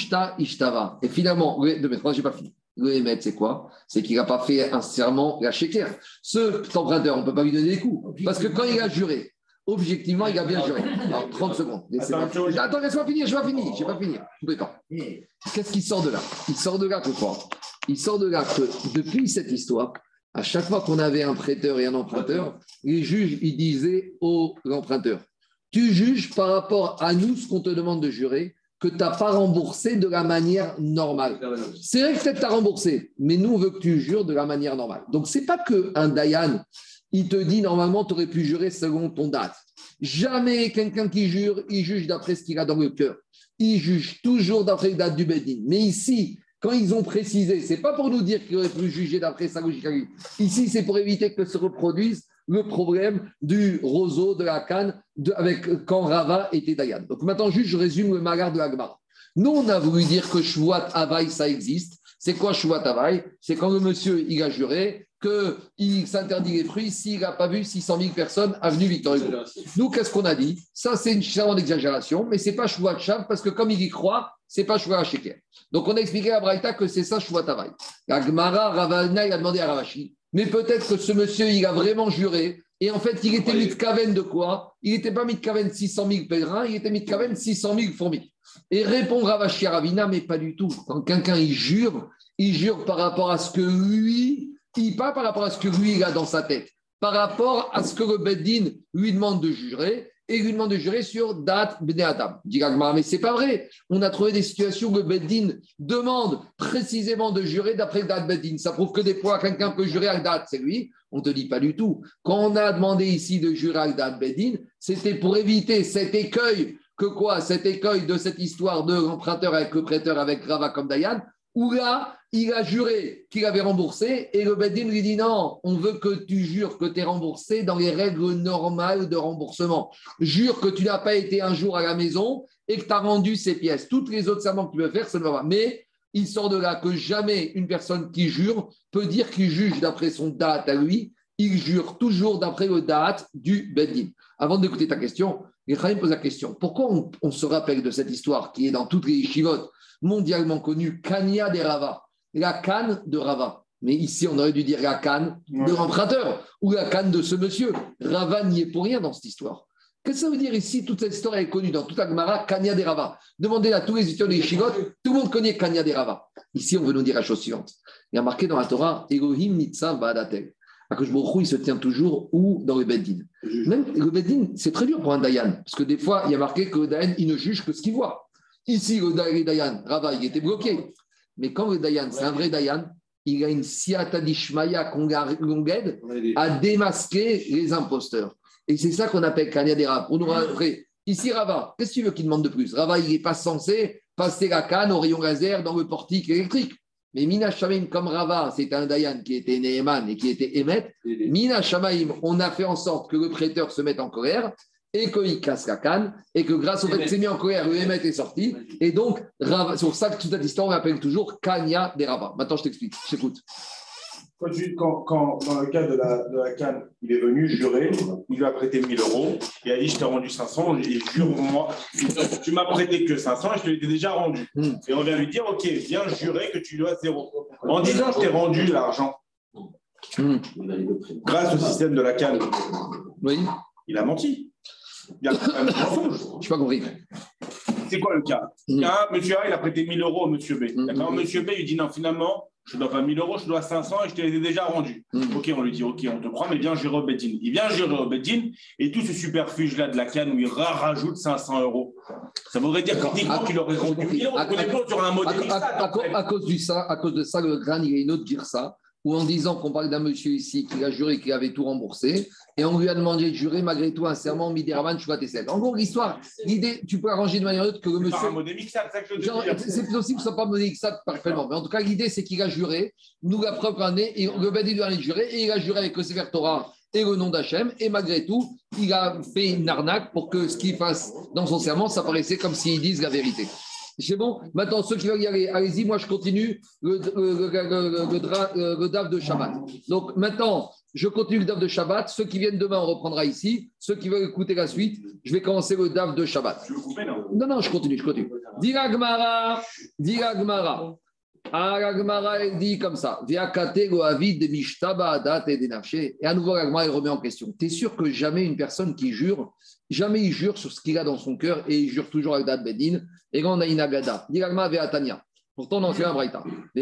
Et finalement, de mettre, j'ai pas fini. Le émet, c'est quoi? C'est qu'il n'a pas fait un serment la sheker. Ce emprunteur, on ne peut pas lui donner des coups. Parce que quand il a juré, objectivement, il a bien juré. Alors, trente secondes. Attends, Attends laisse-moi finir, je vais pas finir. Je vais pas finir. Qu'est-ce qui sort de là? Il sort de là que quoi? Il sort de là que depuis cette histoire, à chaque fois qu'on avait un prêteur et un emprunteur, les juges, ils disaient au l'emprunteur, tu juges par rapport à nous ce qu'on te demande de jurer, que tu n'as pas remboursé de la manière normale. C'est vrai que peut-être tu as remboursé, mais nous, on veut que tu jures de la manière normale. Donc, ce n'est pas qu'un Dayan, il te dit, normalement, tu aurais pu jurer selon ton date. Jamais quelqu'un qui jure, il juge d'après ce qu'il a dans le cœur. Il juge toujours d'après la date du Beddin. Mais ici, quand ils ont précisé, ce n'est pas pour nous dire qu'il aurait pu juger d'après sa logique à lui. Ici, c'est pour éviter que se reproduise le problème du roseau, de la canne, de, avec, quand Rava était Dayan. Donc maintenant, juste, je résume le magar de Agmar. Nous, on a voulu dire que Shvuat Havaï, ça existe. C'est quoi Shvuat Havaï? C'est quand le monsieur, il a juré qu'il s'interdit les fruits s'il n'a pas vu six cent mille personnes avenues Victor Hugo. Nous, qu'est-ce qu'on a dit? Ça, c'est une charmante exagération, mais ce n'est pas Shvuat Shav, parce que comme il y croit, ce n'est pas Shvuat Sheker. Donc, on a expliqué à Braïta que c'est ça Shvuat Havaï. La Gemara, Ravana, il a demandé à Ravashi. Mais peut-être que ce monsieur, il a vraiment juré. Et en fait, il était mitkaven de quoi? Il n'était pas mitkaven six cent mille pèlerins, il était mitkaven six cent mille fourmis. Et répond Ravashi à Ravina, mais pas du tout. Quand quelqu'un, il jure, il jure par rapport à ce que lui, il pas par rapport à ce que lui, il a dans sa tête. Par rapport à ce que le Beddin lui demande de jurer. Et lui demande de jurer sur date Bnei Adam. Dit Gagmar, mais c'est pas vrai. On a trouvé des situations où le Beddin demande précisément de jurer d'après date Beddin. Ça prouve que des fois, quelqu'un peut jurer à date, c'est lui. On ne te dit pas du tout. Quand on a demandé ici de jurer à date Beddin, c'était pour éviter cet écueil, que quoi? Cet écueil de cette histoire de l'emprunteur avec le prêteur avec Rava comme Dayan, où là, il a juré qu'il avait remboursé et le Beddin lui dit non, on veut que tu jures que tu es remboursé dans les règles normales de remboursement. Jure que tu n'as pas été un jour à la maison et que tu as rendu ces pièces. Toutes les autres serments que tu peux faire, ça ne va pas. Mais il sort de là que jamais une personne qui jure peut dire qu'il juge d'après son date à lui. Il jure toujours d'après le date du Beddin. Avant d'écouter ta question, les Khaïm pose la question. Pourquoi on, on se rappelle de cette histoire qui est dans toutes les yeshivot mondialement connue, Kania des Rava, la canne de Rava. Mais ici, on aurait dû dire la canne de l'emprunteur ou la canne de ce monsieur. Rava n'y est pour rien dans cette histoire. Qu'est-ce que ça veut dire ici? Toute cette histoire est connue dans toute la Gemara, Kania des Rava. Demandez à tous les étudiants des Yeshivot, tout le monde connaît Kania des Rava. Ici, on veut nous dire la chose suivante. Il y a marqué dans la Torah, Elohim Nitzav Ba'adatel. Akadosh Baruch Hu, il se tient toujours où? Dans le Beddin. Même le Beddin, c'est très dur pour un Dayan, parce que des fois, il y a marqué que le Dayan, il ne juge que ce qu'il voit. Ici, le Dayan, Rava, il était bloqué. Mais quand le Dayan, c'est un vrai Dayan, il a une siata d'Ishmaïa qu'on aide à démasquer les imposteurs. Et c'est ça qu'on appelle Kania des Rava. Pour nous rappeler, ici, Rava, qu'est-ce que tu veux qu'il demande de plus? Rava, il n'est pas censé passer la canne au rayon laser dans le portique électrique. Mais Mina Shamaim, comme Rava, c'est un Dayan qui était Neheman et qui était Emet. Mina Shamaim, on a fait en sorte que le prêteur se mette en colère. et qu'il casse la canne, et que grâce au fait qu'il s'est mis en colère, le Hémet est sorti. Et donc, c'est pour ça que toute cette histoire, on l'appelle toujours Kanya des Rava. Maintenant, je t'explique, je t'écoute. Quand, tu, quand, quand, dans le cas de la, de la canne, il est venu jurer, il lui a prêté mille euros, il a dit je t'ai rendu cinq cents, et jure-moi, tu m'as prêté que cinq cents et je te l'ai déjà rendu. Mm. Et on vient lui dire ok, viens jurer que tu dois zéro. En disant je t'ai rendu l'argent, mm. grâce au système de la canne, oui. il a menti. Il a un mensonge. Je n'ai pas compris. C'est quoi le cas? mm. Un, monsieur A, il a prêté mille euros au monsieur B. Mm. D'accord. Monsieur B, il dit non, finalement, je ne dois pas mille euros, je dois cinq cents et je te les ai déjà rendus. Mm. Ok, on lui dit, ok, on te croit, mais viens jurer au Beddin. Il vient jurer au Beddin et tout ce superfuge-là de la canne où il rajoute cinq cents euros. Ça voudrait dire techniquement qu'il aurait rendu mille euros. On est plutôt sur un modèle. À, à, à, à, cause du ça, à cause de ça, le Gran, il y a une autre dire ça, ou en disant qu'on parle d'un monsieur ici qui a juré qu'il avait tout remboursé, et on lui a demandé de jurer malgré tout un serment Midiraman Chouatesel. En gros, l'histoire, l'idée, tu peux arranger de manière autre que le monsieur. C'est possible que ce ne soit pas modémixat parfaitement, mais en tout cas, l'idée, c'est qu'il a juré, nous la preuve qu'on est, et le Bedi lui a juré, et il a juré avec le Sefer Torah et le nom d'Hachem, et malgré tout, il a fait une arnaque pour que ce qu'il fasse dans son serment, ça paraissait comme s'il dise la vérité. C'est bon. Maintenant, ceux qui veulent y aller, allez-y, moi je continue le, le, le, le, le, le, le D A F de Shabbat. Donc maintenant, je continue le D A F de Shabbat. Ceux qui viennent demain, on reprendra ici. Ceux qui veulent écouter la suite, je vais commencer le D A F de Shabbat. Tu veux couper, non? Non, non, je continue, je continue. Dira Gmara, Dira Gmara. Ah, la Gmara, elle dit comme ça. Et à nouveau, la Gmara, elle remet en question. Tu es sûr que jamais une personne qui jure, jamais il jure sur ce qu'il a dans son cœur et il jure toujours avec Dad Bedin. Et là, on a une agada. Diragma ve'atania. Pourtant, on en fait un braïta.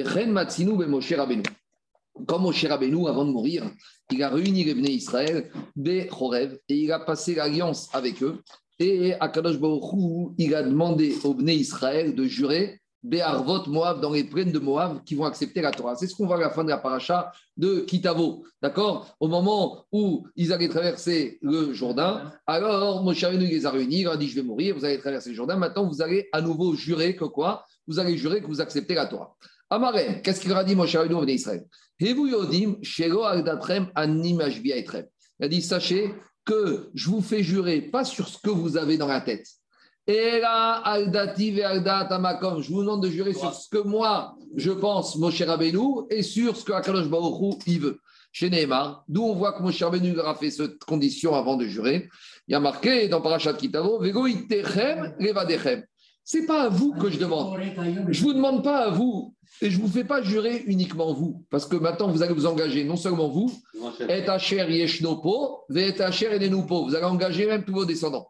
Comme Moshe Rabbeinu, avant de mourir, il a réuni les Bnei Israël, Be Chorev, et il a passé l'alliance avec eux. Et Akadosh Baruch Hu, il a demandé aux Bnei Israël de jurer Be'arvot Moab, dans les plaines de Moab, qui vont accepter la Torah. C'est ce qu'on voit à la fin de la paracha de Kitavo. D'accord? Au moment où ils allaient traverser le Jourdain, alors Moshe Rabbeinu les a réunis, il a dit je vais mourir, vous allez traverser le Jourdain, maintenant vous allez à nouveau jurer que quoi? Vous allez jurer que vous acceptez la Torah. Amarem, qu'est-ce qu'il a dit Moshe Rabbeinu au Israël? Hevu yodim shelo aldatrem anim ashbia etrem. Il a dit sachez que je vous fais jurer pas sur ce que vous avez dans la tête. Et là, Aldati ve Aldat Amakom, je vous demande de jurer sur ce que moi, je pense, Moshe Rabbeinu, et sur ce que Akadosh Baruch Hu, il veut. Chez Nehemar, d'où on voit que Moshe Rabbeinu a fait cette condition avant de jurer. Il y a marqué dans Parashat Kitavo, Vego itechem levadechem. C'est pas à vous que je demande. Je vous demande pas à vous, et je vous fais pas jurer uniquement vous, parce que maintenant vous allez vous engager, non seulement vous, et Asher Yeshnopo, ve et Asher Enenupo, vous allez engager même tous vos descendants.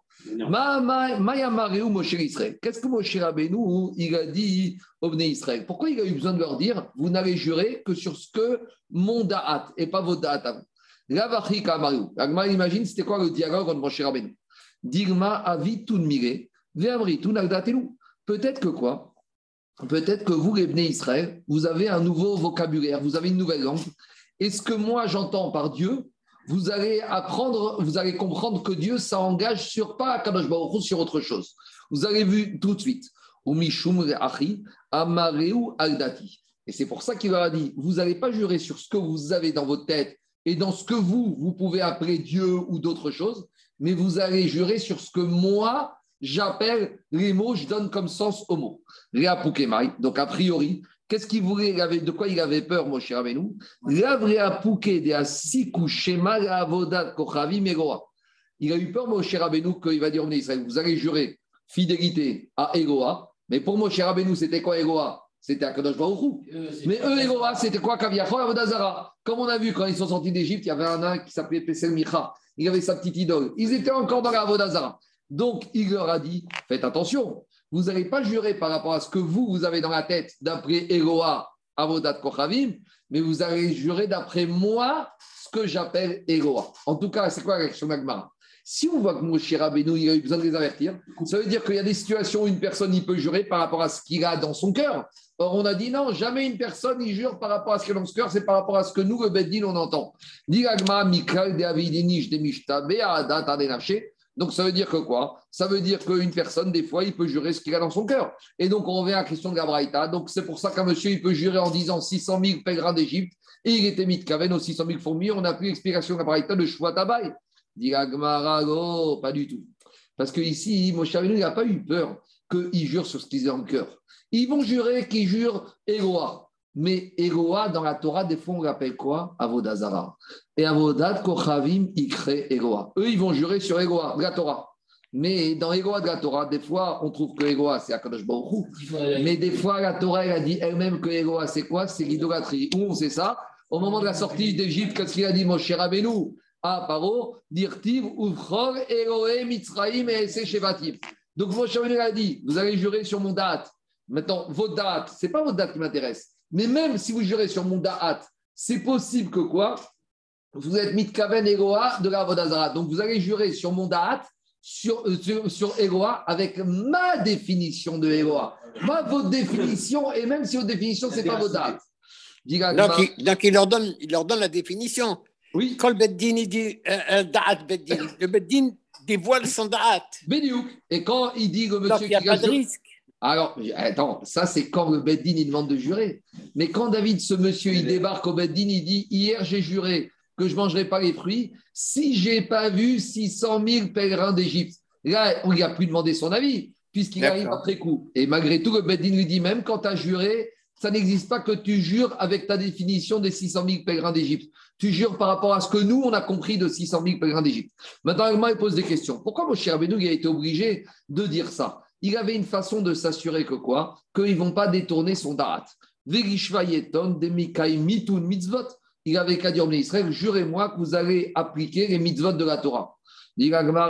Qu'est-ce que Moshe Rabbeinu il a dit au Bnei Israël? Pourquoi il a eu besoin de leur dire vous n'allez jurer que sur ce que mon da'at et pas votre da'at à vous? L'avachi kamaru. Agma imagine c'était quoi le dialogue entre Moshe Rabbeinu? Digma avi tunmire ve'amri tunagdatelu. Peut-être que quoi? Peut-être que vous les Bnei Israël vous avez un nouveau vocabulaire, vous avez une nouvelle langue. Et ce que moi j'entends par Dieu, vous allez apprendre, vous allez comprendre que Dieu, ça engage sur pas Kadosh Baruch Hu, sur autre chose. Vous avez vu tout de suite. Et c'est pour ça qu'il leur a dit, vous n'allez pas jurer sur ce que vous avez dans votre tête et dans ce que vous, vous pouvez appeler Dieu ou d'autres choses, mais vous allez jurer sur ce que moi, j'appelle les mots, je donne comme sens aux mots. Donc a priori, qu'est-ce qu'il voulait, il avait, de quoi il avait peur, Moshe Rabbeinu? Il a eu peur, Moshe Rabbeinu, qu'il va dire au Israël, vous allez jurer fidélité à Eloa, mais pour Moshe Rabbeinu, c'était quoi Eloa? C'était Akadosh Baruch Hu. Mais eux, Eloa, c'était quoi Kaviachol Avodazara? Comme on a vu quand ils sont sortis d'Égypte, il y avait un nain qui s'appelait Pesel Micha, il avait sa petite idole. Ils étaient encore dans la Avodazara. Donc, il leur a dit, faites attention. Vous n'allez pas jurer par rapport à ce que vous, vous avez dans la tête d'après Eloa, Avodat Kochavim, mais vous allez jurer d'après moi ce que j'appelle Eloa. En tout cas, c'est quoi la question d'Agmara? Si on voit que Moshe Rabbeinu, il a eu besoin de les avertir, ça veut dire qu'il y a des situations où une personne, il peut jurer par rapport à ce qu'il a dans son cœur. Or, on a dit non, jamais une personne, il jure par rapport à ce qu'il a dans son cœur, c'est par rapport à ce que nous, le Beddin, on entend. Donc, ça veut dire que quoi? Ça veut dire qu'une personne, des fois, il peut jurer ce qu'il a dans son cœur. Et donc, on revient à la question de la Braïta. Donc, c'est pour ça qu'un monsieur, il peut jurer en disant six cent mille pèlerins d'Égypte et il était mitkaven aux six cent mille fourmis. On n'a plus l'explication de la Braïta de Shvat Abaye. Dit la Gemara, oh, pas du tout. Parce qu'ici, Moshe Rabbeinu n'a pas eu peur qu'ils jurent sur ce qu'ils ont en cœur. Ils vont jurer qu'ils jurent Eloa. Mais Eloa, dans la Torah, des fois, on l'appelle quoi? Avodah Zara. Et Avodat Kochavim, Ikre Eloa. Eux, ils vont jurer sur Eloa, de la Torah. Mais dans Eloa de la Torah, des fois, on trouve que Eloa, c'est Akadosh Baruch Hu. Mais des fois, la Torah, elle a dit elle-même que Eloa, c'est quoi? C'est l'idolâtrie. Où on sait ça? Au moment de la sortie d'Égypte, qu'est-ce qu'il a dit, Moshe Rabbeinu? Ah, Paro, Dirtiv, Uvchor, Eloé, Mitzraïm et Ese Shevatim. Donc, Moshe Rabbeinu a dit, vous allez jurer sur mon date. Maintenant, votre date, ce n'est pas votre date qui m'intéresse. Mais même si vous jurez sur mon da'at, c'est possible que quoi? Vous êtes mitkaven Eloa de la Avodah Zara. Donc, vous allez jurer sur mon da'at, sur, euh, sur, sur Eloa, avec ma définition de Eloa. Ma, votre définition, et même si votre définition, ce n'est pas votre da'at. Donc, il, donc il, leur donne, il leur donne la définition. Oui. Quand le Beddin, il dit euh, da'at Beddin, le Beddin dévoile son da'at. Bédiouk. Et quand il dit le monsieur donc, il n'y a qui pas de risque. Alors, attends, ça c'est quand le Beddin il demande de jurer. Mais quand David, ce monsieur, il débarque au Beddin, il dit hier j'ai juré que je ne mangerai pas les fruits si je n'ai pas vu six cent mille pèlerins d'Égypte. Là, on ne lui a plus demandé son avis, puisqu'il D'accord. arrive après coup. Et malgré tout, le Beddin lui dit même quand tu as juré, ça n'existe pas que tu jures avec ta définition des six cent mille pèlerins d'Égypte. Tu jures par rapport à ce que nous, on a compris de six cent mille pèlerins d'Égypte. Maintenant, il pose des questions. Pourquoi Moshe Rabbeinu il a été obligé de dire ça? Il avait une façon de s'assurer que quoi? Qu'ils ne vont pas détourner son da'at. Il avait qu'à dire, Israël, jurez-moi que vous allez appliquer les mitzvot de la Torah. Ils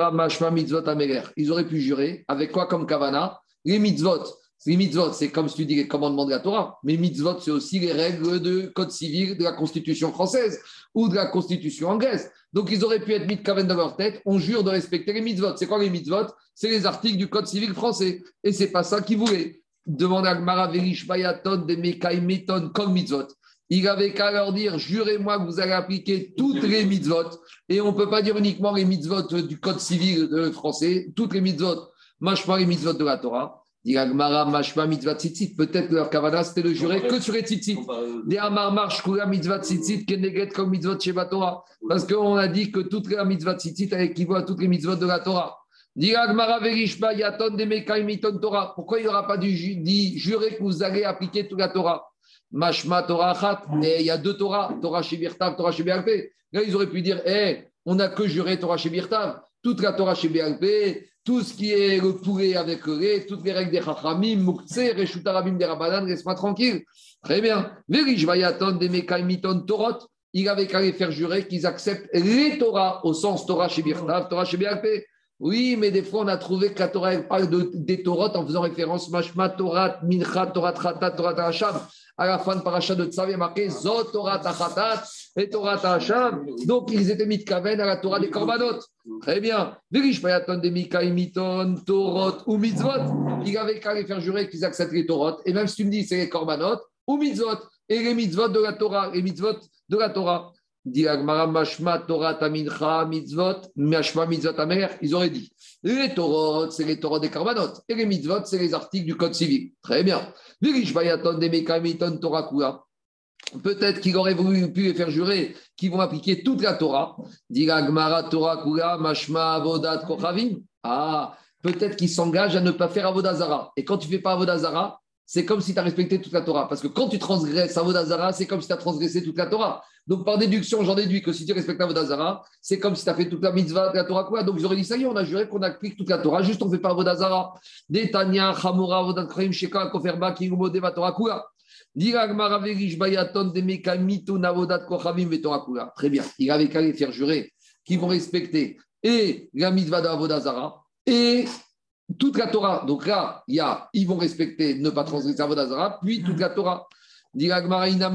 auraient pu jurer avec quoi comme kavana? Les mitzvot. Les mitzvot, c'est comme si tu dis les commandements de la Torah, mais mitzvot, c'est aussi les règles de code civil de la Constitution française ou de la Constitution anglaise. Donc, ils auraient pu être mis de kaven dans leur tête. On jure de respecter les mitzvot. C'est quoi les mitzvot? C'est les articles du code civil français. Et c'est pas ça qu'ils voulaient. Demande à Gmara Verish Bayaton de Mekai Meton comme mitzvot. Il avait qu'à leur dire, jurez-moi que vous allez appliquer toutes les mitzvot. Et on ne peut pas dire uniquement les mitzvot du code civil français, toutes les mitzvot, machma les mitzvot de la Torah. Diragmara, machma, mitzvah tzitzit. Peut-être que leur kavana, c'était de jurer que sur les tzitzit. Des amar marche, kula mitzvah tzitzit, keneget comme mitzvot sheba Torah. Parce qu'on a dit que toutes les mitzvah tzitzit équivaut à toutes les mitzvot de la Torah. Diragmara, verishba, yaton, demekai, miton Torah. Pourquoi il n'aura pas dû dit jurer que vous allez appliquer toute la Torah? Mashma, Torah, chat. Et il y a deux Torah, Torah shebirtav, Torah shebealpé. Là, ils auraient pu dire, hé, hey, on n'a que juré Torah shebirtav. Toute la Torah shebealpé. Tout ce qui est le poulet avec le lait, toutes les règles des chachamim, moukhtse, reshuta rabim des rabanan, laisse-moi tranquille. Très bien. Verish vayaton des mekaimiton torot, il avait qu'à les faire jurer qu'ils acceptent les Torah au sens Torah shebirtav, Torah shebealpé. Oui, mais des fois, on a trouvé que la Torah elle parle de, des Torot en faisant référence Mashma, Torah, Mincha, Torah, Tratat, Torah, Hacham. À la fin de Parashat de Tzav, il y a marqué Zot, Torah, Tachatat et Torah, Hacham. Donc, ils étaient mis de kaven à la Torah des Korbanot. Très bien. Virish Payaton, des Mikaï, Miton, Torot ou Mitzvot. Il avait qu'à les faire jurer qu'ils acceptent les Torot. Et même si tu me dis c'est les Korbanot ou Mitzvot. Et les Mitzvot de la Torah, les Mitzvot de la Torah. Diagmara Mashma Torah Tamincha Mitzvot Mashma Mitzvot Amer, ils auraient dit les Torot, c'est les Torot des Karbanot et les Mitzvot, c'est les articles du code civil. Très bien. Virish Bayaton de Mekamiton Torah Kula. Peut-être qu'il aurait voulu pu les faire jurer qu'ils vont appliquer toute la Torah. Diagmara Torah Kula Mashma Avodat Kochavim. Ah, peut-être qu'ils s'engagent à ne pas faire Avodah Zara. Et quand tu ne fais pas Avodah Zara, c'est comme si tu as respecté toute la Torah. Parce que quand tu transgresses Avodah Zara, c'est comme si tu as transgressé toute la Torah. Donc, par déduction, j'en déduis que si tu respectes Avodah Zara, c'est comme si tu as fait toute la mitzvah de la Torah. Quoi. Donc, ils auraient dit ça y est, on a juré qu'on applique toute la Torah, juste on ne fait pas Avodah Zara. Detania, Chamora, Avodat Kraim, Sheka, Koferba, Kirumode, Vatora Kula. Diragmara, Verish, Bayaton, Demeka, Mito, Navodat, Kochavim, Vetora Kula. Très bien. Il avait qu'à les faire jurer qu'ils vont respecter et la mitzvah de Avodah Zara et toute la Torah. Donc là, il y a, ils vont respecter, ne pas transgresser Avodah Zara, puis toute la Torah. Il avait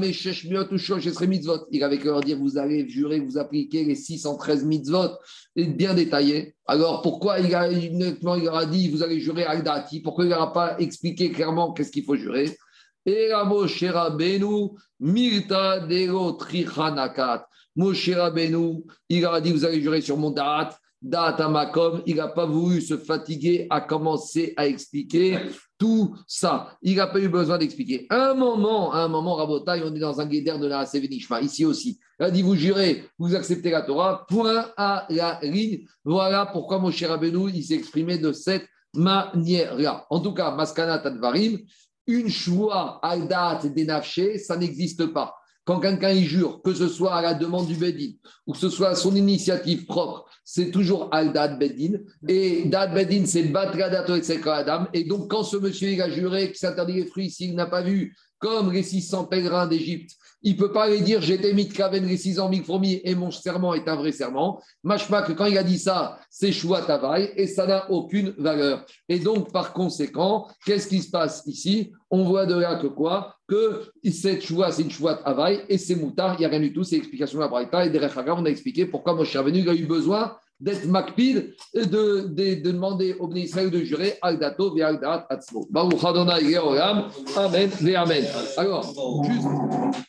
qu'à leur dire, vous allez jurer, vous appliquez les six cent treize mitzvot, et bien détaillé. Alors pourquoi il a, honnêtement, il leur a dit, vous allez jurer al dati, pourquoi il ne leur a pas expliqué clairement qu'est-ce qu'il faut jurer? Et la Moshe Rabbeinu, Mirta Dero Trichanakat. Moshe Rabbeinu, il leur a dit, vous allez jurer sur mon date. Da'atamakom, il n'a pas voulu se fatiguer à commencer à expliquer tout ça. Il n'a pas eu besoin d'expliquer. Un moment, un moment, Rabotaï, on est dans un guédère de la Hasevenishma, ici aussi. Il a dit, vous jurez, vous acceptez la Torah, point à la ligne. Voilà pourquoi mon cher Rabbeinu, il s'est exprimé de cette manière-là. En tout cas, Maskana Tadvarim, une choix al date des nafshé, ça n'existe pas. Quand quelqu'un y jure, que ce soit à la demande du Bedin ou que ce soit à son initiative propre, c'est toujours al date Bedin. Et date Bedin, c'est batradato et adam. Et donc, quand ce monsieur il a juré qu'il s'interdit les fruits s'il n'a pas vu, comme les six cents pèlerins d'Égypte, il ne peut pas lui dire j'étais mit kaven les six cent mille fourmis et mon serment est un vrai serment. Machma que quand il a dit ça, c'est choua tavaï et ça n'a aucune valeur. Et donc, par conséquent, qu'est-ce qui se passe ici? On voit de là que quoi? Que cette choua, c'est une choua tavaï et c'est moutard, il n'y a rien du tout, c'est l'explication de la Braïta. Et derrière Hagav, on a expliqué pourquoi Moshe Rabbeinu il a eu besoin d'être makpid, de, de, de demander au Bnei Israël de jurer al-dato ve al-dat atzmo. Baruch Adonai Yehoram. Amen ve Amen. Alors, juste.